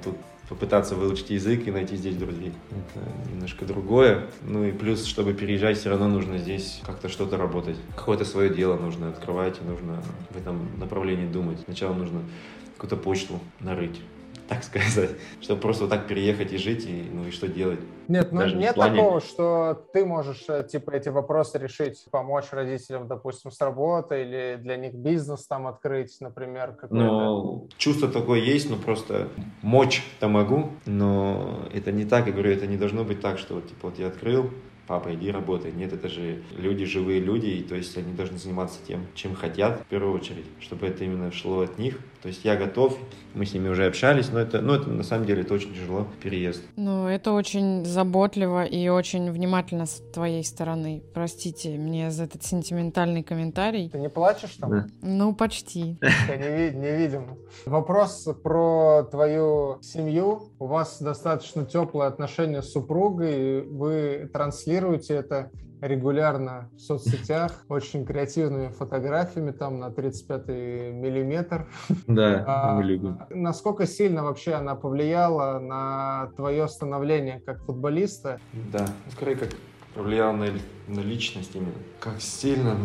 попытаться выучить язык и найти здесь друзей. Это немножко другое. Ну и плюс, чтобы переезжать, все равно нужно здесь как-то что-то работать. Какое-то свое дело нужно открывать, и нужно в этом направлении думать. Сначала нужно какую-то почту нарыть, так сказать, чтобы просто вот так переехать и жить, и, ну и что делать. Нет, ну Даже нет в плане- такого, что ты можешь, типа, эти вопросы решить, помочь родителям, допустим, с работой или для них бизнес там открыть, например, какой-то. Но чувство такое есть, но просто мочь-то могу, но это не так, я говорю, это не должно быть так, что вот, типа, вот я открыл, папа, иди работай. Нет, это же люди, живые люди, и то есть они должны заниматься тем, чем хотят в первую очередь, чтобы это именно шло от них. То есть я готов, мы с ними уже общались, но это на самом деле это очень тяжело, переезд. Ну, это очень заботливо и очень внимательно с твоей стороны. Простите мне за этот сентиментальный комментарий. Ты не плачешь там? Да. Ну, почти. Я не видим. Вопрос про твою семью. У вас достаточно теплые отношения с супругой, вы транслируете это регулярно в соцсетях, очень креативными фотографиями там на 35-й миллиметр. Да, мы любим. Насколько сильно вообще она повлияла на твое становление как футболиста? Да, скорее как повлиял на личность именно. Как сильно,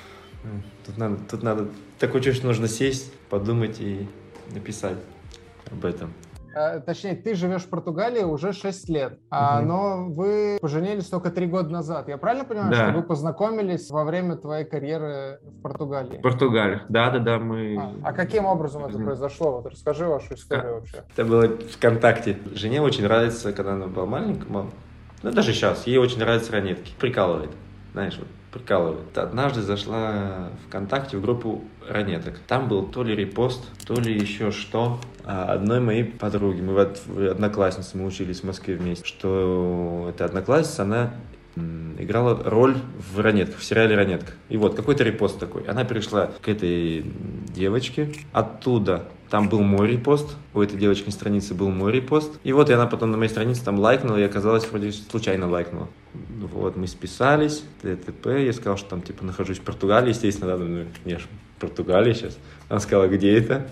тут надо такое чувство, нужно сесть, подумать и написать об этом. Точнее, ты живешь в Португалии уже 6 лет, но вы поженились только 3 года назад. Я правильно понимаю, Да. что вы познакомились во время твоей карьеры в Португалии? Португалия, да, мы... А каким образом это произошло? Вот расскажи вашу историю вообще. Это было ВКонтакте. Жене очень нравится, когда она была маленькая, ну даже сейчас, ей очень нравятся ранетки. Прикалывает, знаешь, вот прикалывает. Однажды зашла ВКонтакте в группу ранеток. Там был то ли репост, то ли еще что. Одной моей подруги, мы одноклассницы, мы учились в Москве вместе, что эта одноклассница, она играла роль в «Ранетках», в сериале «Ранетка». И вот какой-то репост такой. Она перешла к этой девочке. Оттуда там был мой репост. У этой девочки на странице был мой репост. И вот и она потом на моей странице там лайкнула, и оказалось, вроде случайно лайкнула. Вот, мы списались, т.д. Я сказал, что там, типа, нахожусь в Португалии, естественно, да, ну, я же в Португалии сейчас. Она сказала, где это?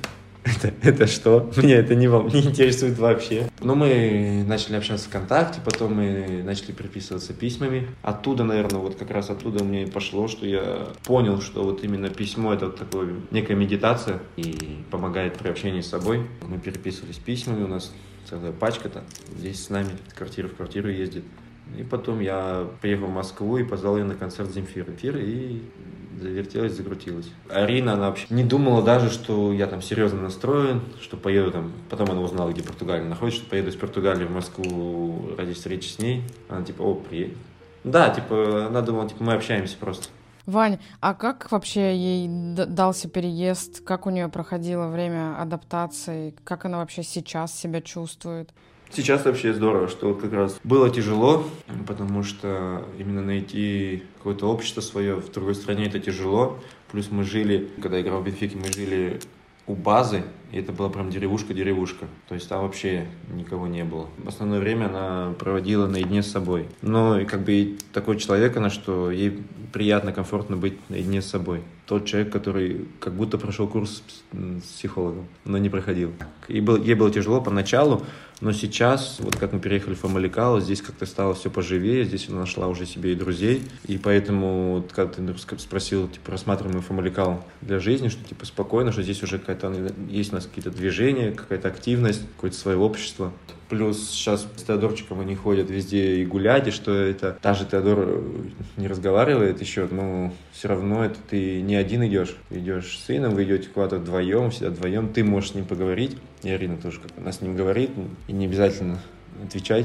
Это что? Меня это не интересует вообще. Но мы начали общаться ВКонтакте, потом мы начали переписываться письмами. Оттуда, наверное, вот как раз оттуда мне и пошло, что я понял, что вот именно письмо — это вот такое некая медитация и помогает при общении с собой. Мы переписывались письмами, у нас целая пачка-то здесь с нами, квартира в квартиру ездит. И потом я приехал в Москву и позвал ее на концерт Земфиры. И завертелась, закрутилась. Арина, она вообще не думала даже, что я там серьезно настроен, что поеду там, потом она узнала, где Португалия находится, что поеду из Португалии в Москву ради встречи с ней. Она типа, приедет. Да, типа, она думала, типа, мы общаемся просто. Вань, а как вообще ей дался переезд? Как у нее проходило время адаптации? Как она вообще сейчас себя чувствует? Сейчас вообще здорово, что вот как раз было тяжело, потому что именно найти какое-то общество свое в другой стране — это тяжело. Плюс мы жили, когда я играл в Бенфике, мы жили у базы, и это была прям деревушка. То есть там вообще никого не было. Основное время она проводила наедине с собой. Но и как бы и такой человек она, что ей приятно, комфортно быть наедине с собой. Тот человек, который как будто прошел курс с психологом, но не проходил. Ей было тяжело поначалу, но сейчас, вот как мы переехали в Фамаликао, здесь как-то стало все поживее, здесь она нашла уже себе и друзей, и поэтому, вот, когда ты спросил, типа, рассматриваем мы Фамаликао для жизни, что, типа, спокойно, что здесь уже есть у нас какие-то движения, какая-то активность, какое-то свое общество. Плюс сейчас с Теодорчиком они ходят везде и гулять, и что это... Даже Теодор не разговаривает еще, но все равно это ты не один идешь. Ты идешь с сыном, вы идете куда-то вдвоем, всегда вдвоем, ты можешь с ним поговорить. И Арина тоже, как она с ним говорит, и не обязательно отвечать.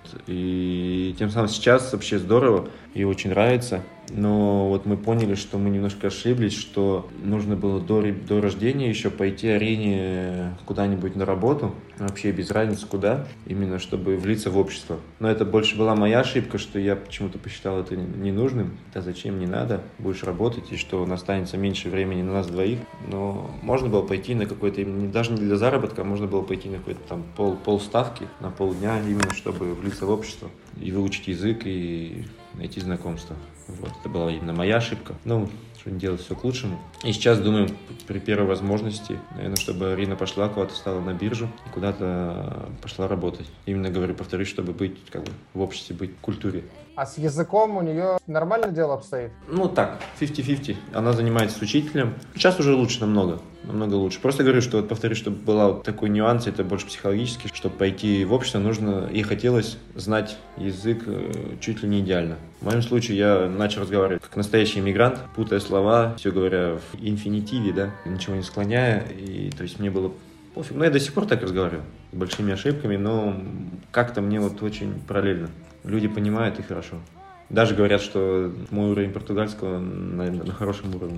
И тем самым сейчас вообще здорово, и очень нравится. Но вот мы поняли, что мы немножко ошиблись, что нужно было до рождения еще пойти Арине куда-нибудь на работу, вообще без разницы куда, именно чтобы влиться в общество. Но это больше была моя ошибка, что я почему-то посчитал это ненужным. Да зачем, не надо, будешь работать, и что у нас останется меньше времени на нас двоих. Но можно было пойти на какой-то, даже не для заработка, можно было пойти на какой-то там полставки, на полдня, именно чтобы влиться в общество и выучить язык, и найти знакомство. Вот, это была именно моя ошибка. Ну, что делать все к лучшему. И сейчас думаем при первой возможности, наверное, чтобы Арина пошла куда-то, стала на биржу и куда-то пошла работать. Именно, говорю, повторюсь, чтобы быть как бы в обществе, быть в культуре. А с языком у нее нормально дело обстоит? Ну так, 50-50. Она занимается с учителем. Сейчас уже лучше намного лучше. Просто говорю, что вот повторюсь, чтобы был вот такой нюанс, это больше психологически, чтобы пойти в общество, нужно и хотелось знать язык чуть ли не идеально. В моем случае я начал разговаривать как настоящий иммигрант, путая слова, все говоря в инфинитиве, да, ничего не склоняя, и то есть мне было пофиг. Но я до сих пор так разговариваю, с большими ошибками, но как-то мне вот очень параллельно. Люди понимают и хорошо. Даже говорят, что мой уровень португальского, наверное, на хорошем уровне.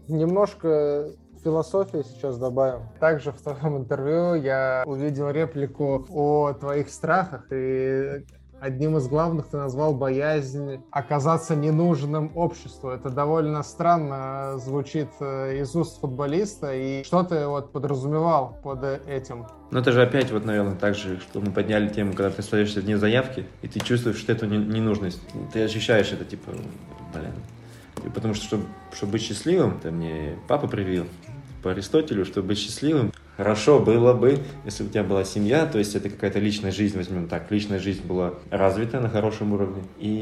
Немножко философии сейчас добавим. Также в твоем интервью я увидел реплику о твоих страхах, и одним из главных ты назвал боязнь оказаться ненужным обществу. Это довольно странно звучит из уст футболиста. И что ты вот подразумевал под этим? Ну, это же опять вот, наверное, так же, что мы подняли тему, когда ты остаешься вне заявки, и ты чувствуешь что эту ненужность. Ты ощущаешь это, типа, блин. И потому что, чтобы быть счастливым, это мне папа привил по Аристотелю, чтобы быть счастливым, хорошо было бы, если у тебя была семья, то есть это какая-то личная жизнь, возьмем так, личная жизнь была развита на хорошем уровне,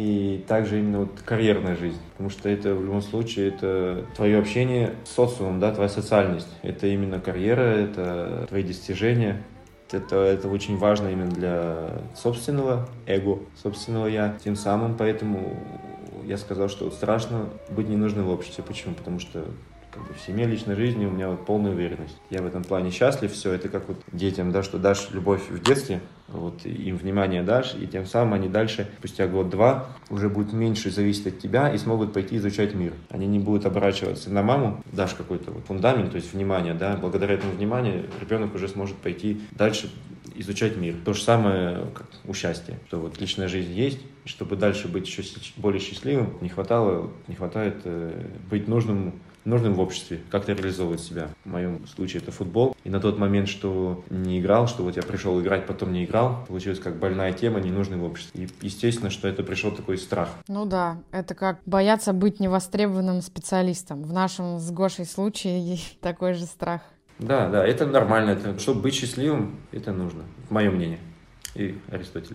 и также именно вот карьерная жизнь, потому что это в любом случае это твое общение с социумом, да, твоя социальность, это именно карьера, это твои достижения. Это очень важно именно для собственного эго, собственного я. Тем самым, поэтому я сказал, что вот страшно быть ненужным в обществе. Почему? Потому что как бы в семье, личной жизни у меня вот полная уверенность. Я в этом плане счастлив, все это как вот детям, да, что дашь любовь в детстве, вот им внимание дашь, и тем самым они дальше, спустя год-два, уже будут меньше зависеть от тебя и смогут пойти изучать мир. Они не будут оборачиваться на маму, дашь какой-то вот фундамент, то есть внимание, да, благодаря этому вниманию ребенок уже сможет пойти дальше изучать мир. То же самое, как у счастья, что вот личная жизнь есть, и чтобы дальше быть еще более счастливым, не хватает быть нужным в обществе, как-то реализовывать себя. В моем случае это футбол. И на тот момент, что не играл, что вот я пришел играть, потом не играл, получилось как больная тема, ненужный в обществе. И естественно, что это пришел такой страх. Ну да, это как бояться быть невостребованным специалистом. В нашем с Гошей случае такой же страх. Да, это нормально. Это, чтобы быть счастливым, это нужно, мое мнение. И Аристотеля.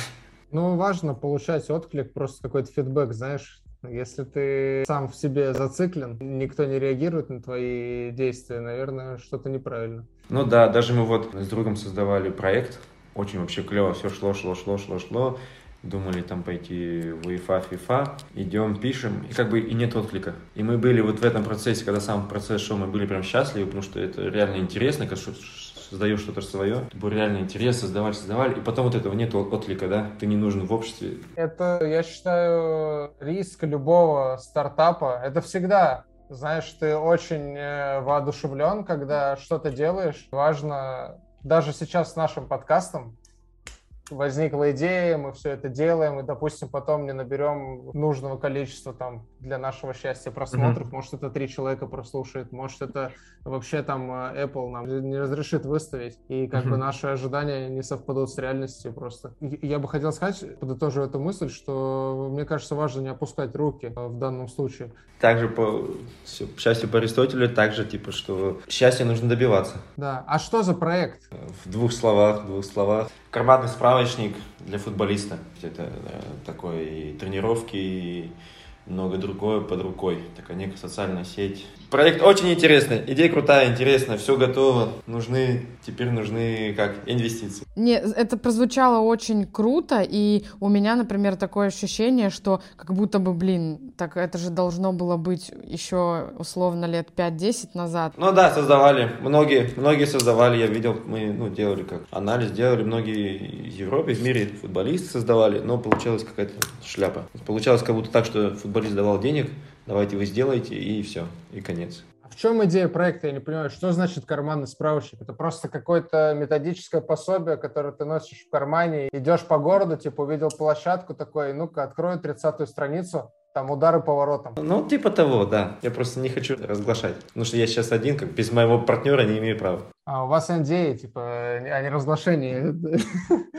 Ну, важно получать отклик, просто какой-то фидбэк, знаешь. Если ты сам в себе зациклен, никто не реагирует на твои действия, наверное, что-то неправильно. Ну да, даже мы вот с другом создавали проект, очень вообще клево, все шло. Думали там пойти в УЕФА, ФИФА, идем, пишем, и как бы и нет отклика. И мы были вот в этом процессе, когда сам процесс шел, мы были прям счастливы, потому что это реально интересно, когда создаешь что-то свое, был реально интерес, создавали, и потом вот этого нет отклика, да, ты не нужен в обществе. Это, я считаю, риск любого стартапа. Это всегда, знаешь, ты очень воодушевлен, когда что-то делаешь. Важно, даже сейчас с нашим подкастом, возникла идея, мы все это делаем, и, допустим, потом не наберем нужного количества там для нашего счастья просмотров. Может, это 3 человека прослушает, может, это вообще там Apple нам не разрешит выставить, и как бы наши ожидания не совпадут с реальностью просто. Я бы хотел сказать, подытожив эту мысль, что мне кажется, важно не опускать руки в данном случае. Также по счастью по Аристотелю, также типа, что счастье нужно добиваться. Да. А что за проект? В двух словах. Карманный справочник для футболиста. Это такое и тренировки, и много другое под рукой. Такая некая социальная сеть. Проект очень интересный, идея крутая, интересная, все готово. Теперь нужны как инвестиции. Не, это прозвучало очень круто, и у меня, например, такое ощущение, что как будто бы, так это же должно было быть еще условно лет 5-10 назад. Ну да, создавали. Многие создавали, я видел, мы делали как анализ, многие в Европе, в мире футболисты создавали, но получалась какая-то шляпа. Получалось как будто так, что футболист давал денег, давайте вы сделаете, и все, и конец. А в чем идея проекта? Я не понимаю, что значит карманный справочник? Это просто какое-то методическое пособие, которое ты носишь в кармане, идешь по городу, типа увидел площадку такой, ну-ка, открою 30-ю страницу, там удары поворотом. Ну, типа того, да. Я просто не хочу разглашать, потому что я сейчас один, как без моего партнера не имею права. А у вас NDA, типа, а не разглашение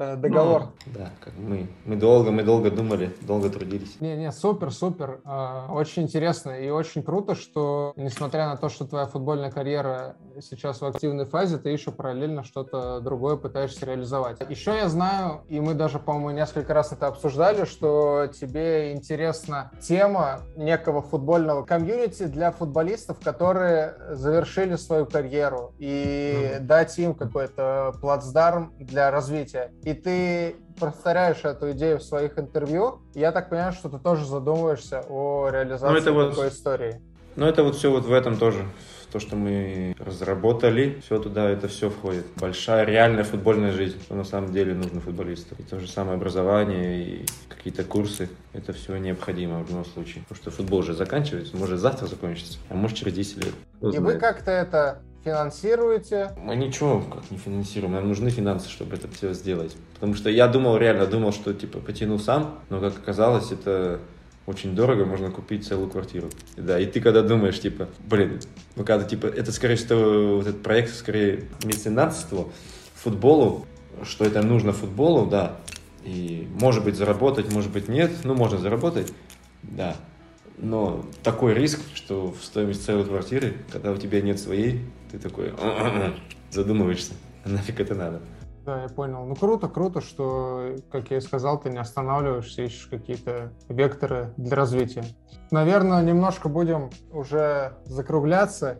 договор. Ну, да, как мы долго думали, долго трудились. Не, супер. Очень интересно и очень круто, что, несмотря на то, что твоя футбольная карьера сейчас в активной фазе, ты еще параллельно что-то другое пытаешься реализовать. Еще я знаю, и мы даже, по-моему, несколько раз это обсуждали, что тебе интересна тема некого футбольного комьюнити для футболистов, которые завершили свою карьеру, и дать им какой-то плацдарм для развития. И ты повторяешь эту идею в своих интервью. Я так понимаю, что ты тоже задумываешься о реализации такой истории. Ну, это вот все вот в этом тоже. То, что мы разработали, все туда, это все входит. Большая, реальная футбольная жизнь, что на самом деле нужно футболисту. И то же самое образование, и какие-то курсы. Это все необходимо в любом случае. Потому что футбол уже заканчивается, может завтра закончится, а может через 10 лет. И вы как-то это финансируете? Мы ничего как не финансируем, нам нужны финансы, чтобы это все сделать. Потому что я реально думал, что типа потяну сам, но как оказалось, это очень дорого, можно купить целую квартиру. Да, и ты когда думаешь, типа, когда типа, это скорее всего, вот этот проект скорее меценатство футболу, что это нужно футболу, да, и может быть заработать, может быть нет, можно заработать, да. Но такой риск, что в стоимость целой квартиры, когда у тебя нет своей, ты такой задумываешься, нафиг это надо. Да, я понял. Ну, круто, что, как я и сказал, ты не останавливаешься, ищешь какие-то векторы для развития. Наверное, немножко будем уже закругляться.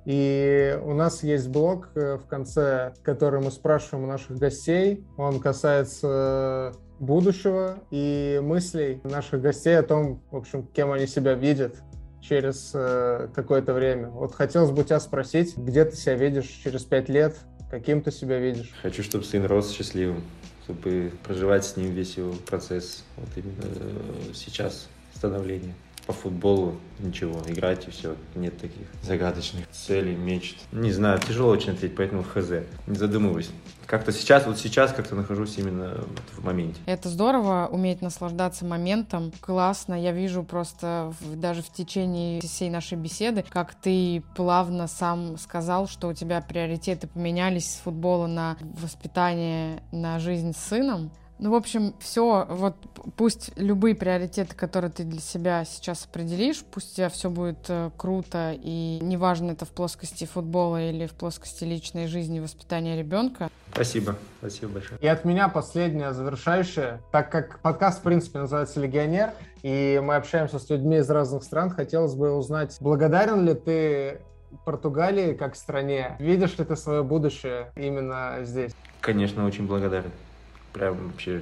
И у нас есть блок в конце, который мы спрашиваем у наших гостей. Он касается будущего и мыслей наших гостей о том, в общем, кем они себя видят через какое-то время. Вот хотелось бы тебя спросить, где ты себя видишь через 5 лет, каким ты себя видишь? Хочу, чтобы сын рос счастливым, чтобы проживать с ним весь его процесс, вот именно сейчас становления. По футболу ничего, играть и все, нет таких загадочных целей, мечт. Не знаю, тяжело очень ответить, поэтому хз, не задумывайся. Как-то сейчас как-то нахожусь именно в моменте. Это здорово, уметь наслаждаться моментом. Классно, я вижу просто даже в течение всей нашей беседы, как ты плавно сам сказал, что у тебя приоритеты поменялись с футбола на воспитание, на жизнь с сыном. Ну, в общем, все, вот пусть любые приоритеты, которые ты для себя сейчас определишь, пусть у тебя все будет круто, и неважно, это в плоскости футбола или в плоскости личной жизни, воспитания ребенка. Спасибо большое. И от меня последнее, завершающее. Так как подкаст, в принципе, называется «Легионер», и мы общаемся с людьми из разных стран, хотелось бы узнать, благодарен ли ты Португалии как стране? Видишь ли ты свое будущее именно здесь? Конечно, очень благодарен. Прям вообще,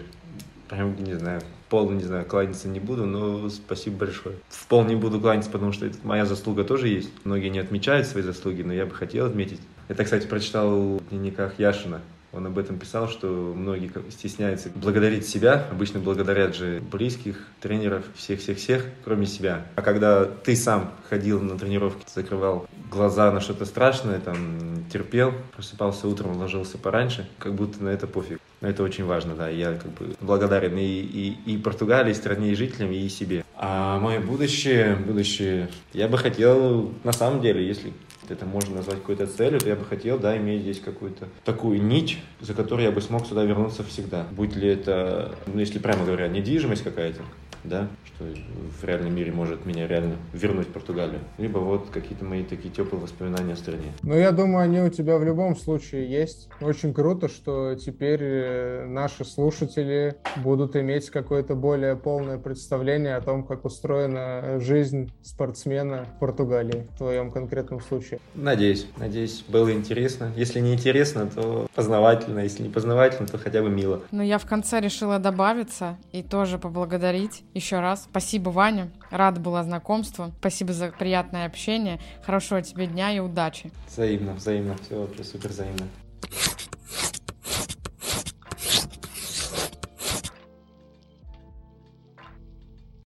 не знаю, кланяться не буду, но спасибо большое. В пол не буду кланяться, потому что это моя заслуга тоже есть. Многие не отмечают свои заслуги, но я бы хотел отметить. Это, кстати, прочитал в дневниках Яшина. Он об этом писал, что многие стесняются благодарить себя. Обычно благодарят же близких, тренеров, всех, кроме себя. А когда ты сам ходил на тренировки, закрывал глаза на что-то страшное, терпел, просыпался утром, ложился пораньше, как будто на это пофиг. Но это очень важно, да. Я благодарен и Португалии, и стране, и жителям, и себе. А мое будущее, я бы хотел, на самом деле, если это можно назвать какой-то целью, то я бы хотел, иметь здесь какую-то такую нить, за которой я бы смог сюда вернуться всегда. Будь ли это, если прямо говоря, недвижимость какая-то, да, что в реальном мире может меня реально вернуть в Португалию, либо вот какие-то мои такие теплые воспоминания о стране. Ну, я думаю, они у тебя в любом случае есть. Очень круто, что теперь наши слушатели будут иметь какое-то более полное представление о том, как устроена жизнь спортсмена в Португалии, в твоем конкретном случае. Надеюсь, было интересно. Если не интересно, то познавательно. Если не познавательно, то хотя бы мило. Но я в конце решила добавиться и тоже поблагодарить еще раз. Спасибо, Ваня. Рада была знакомству. Спасибо за приятное общение. Хорошего тебе дня и удачи. Взаимно. Все вообще супер взаимно.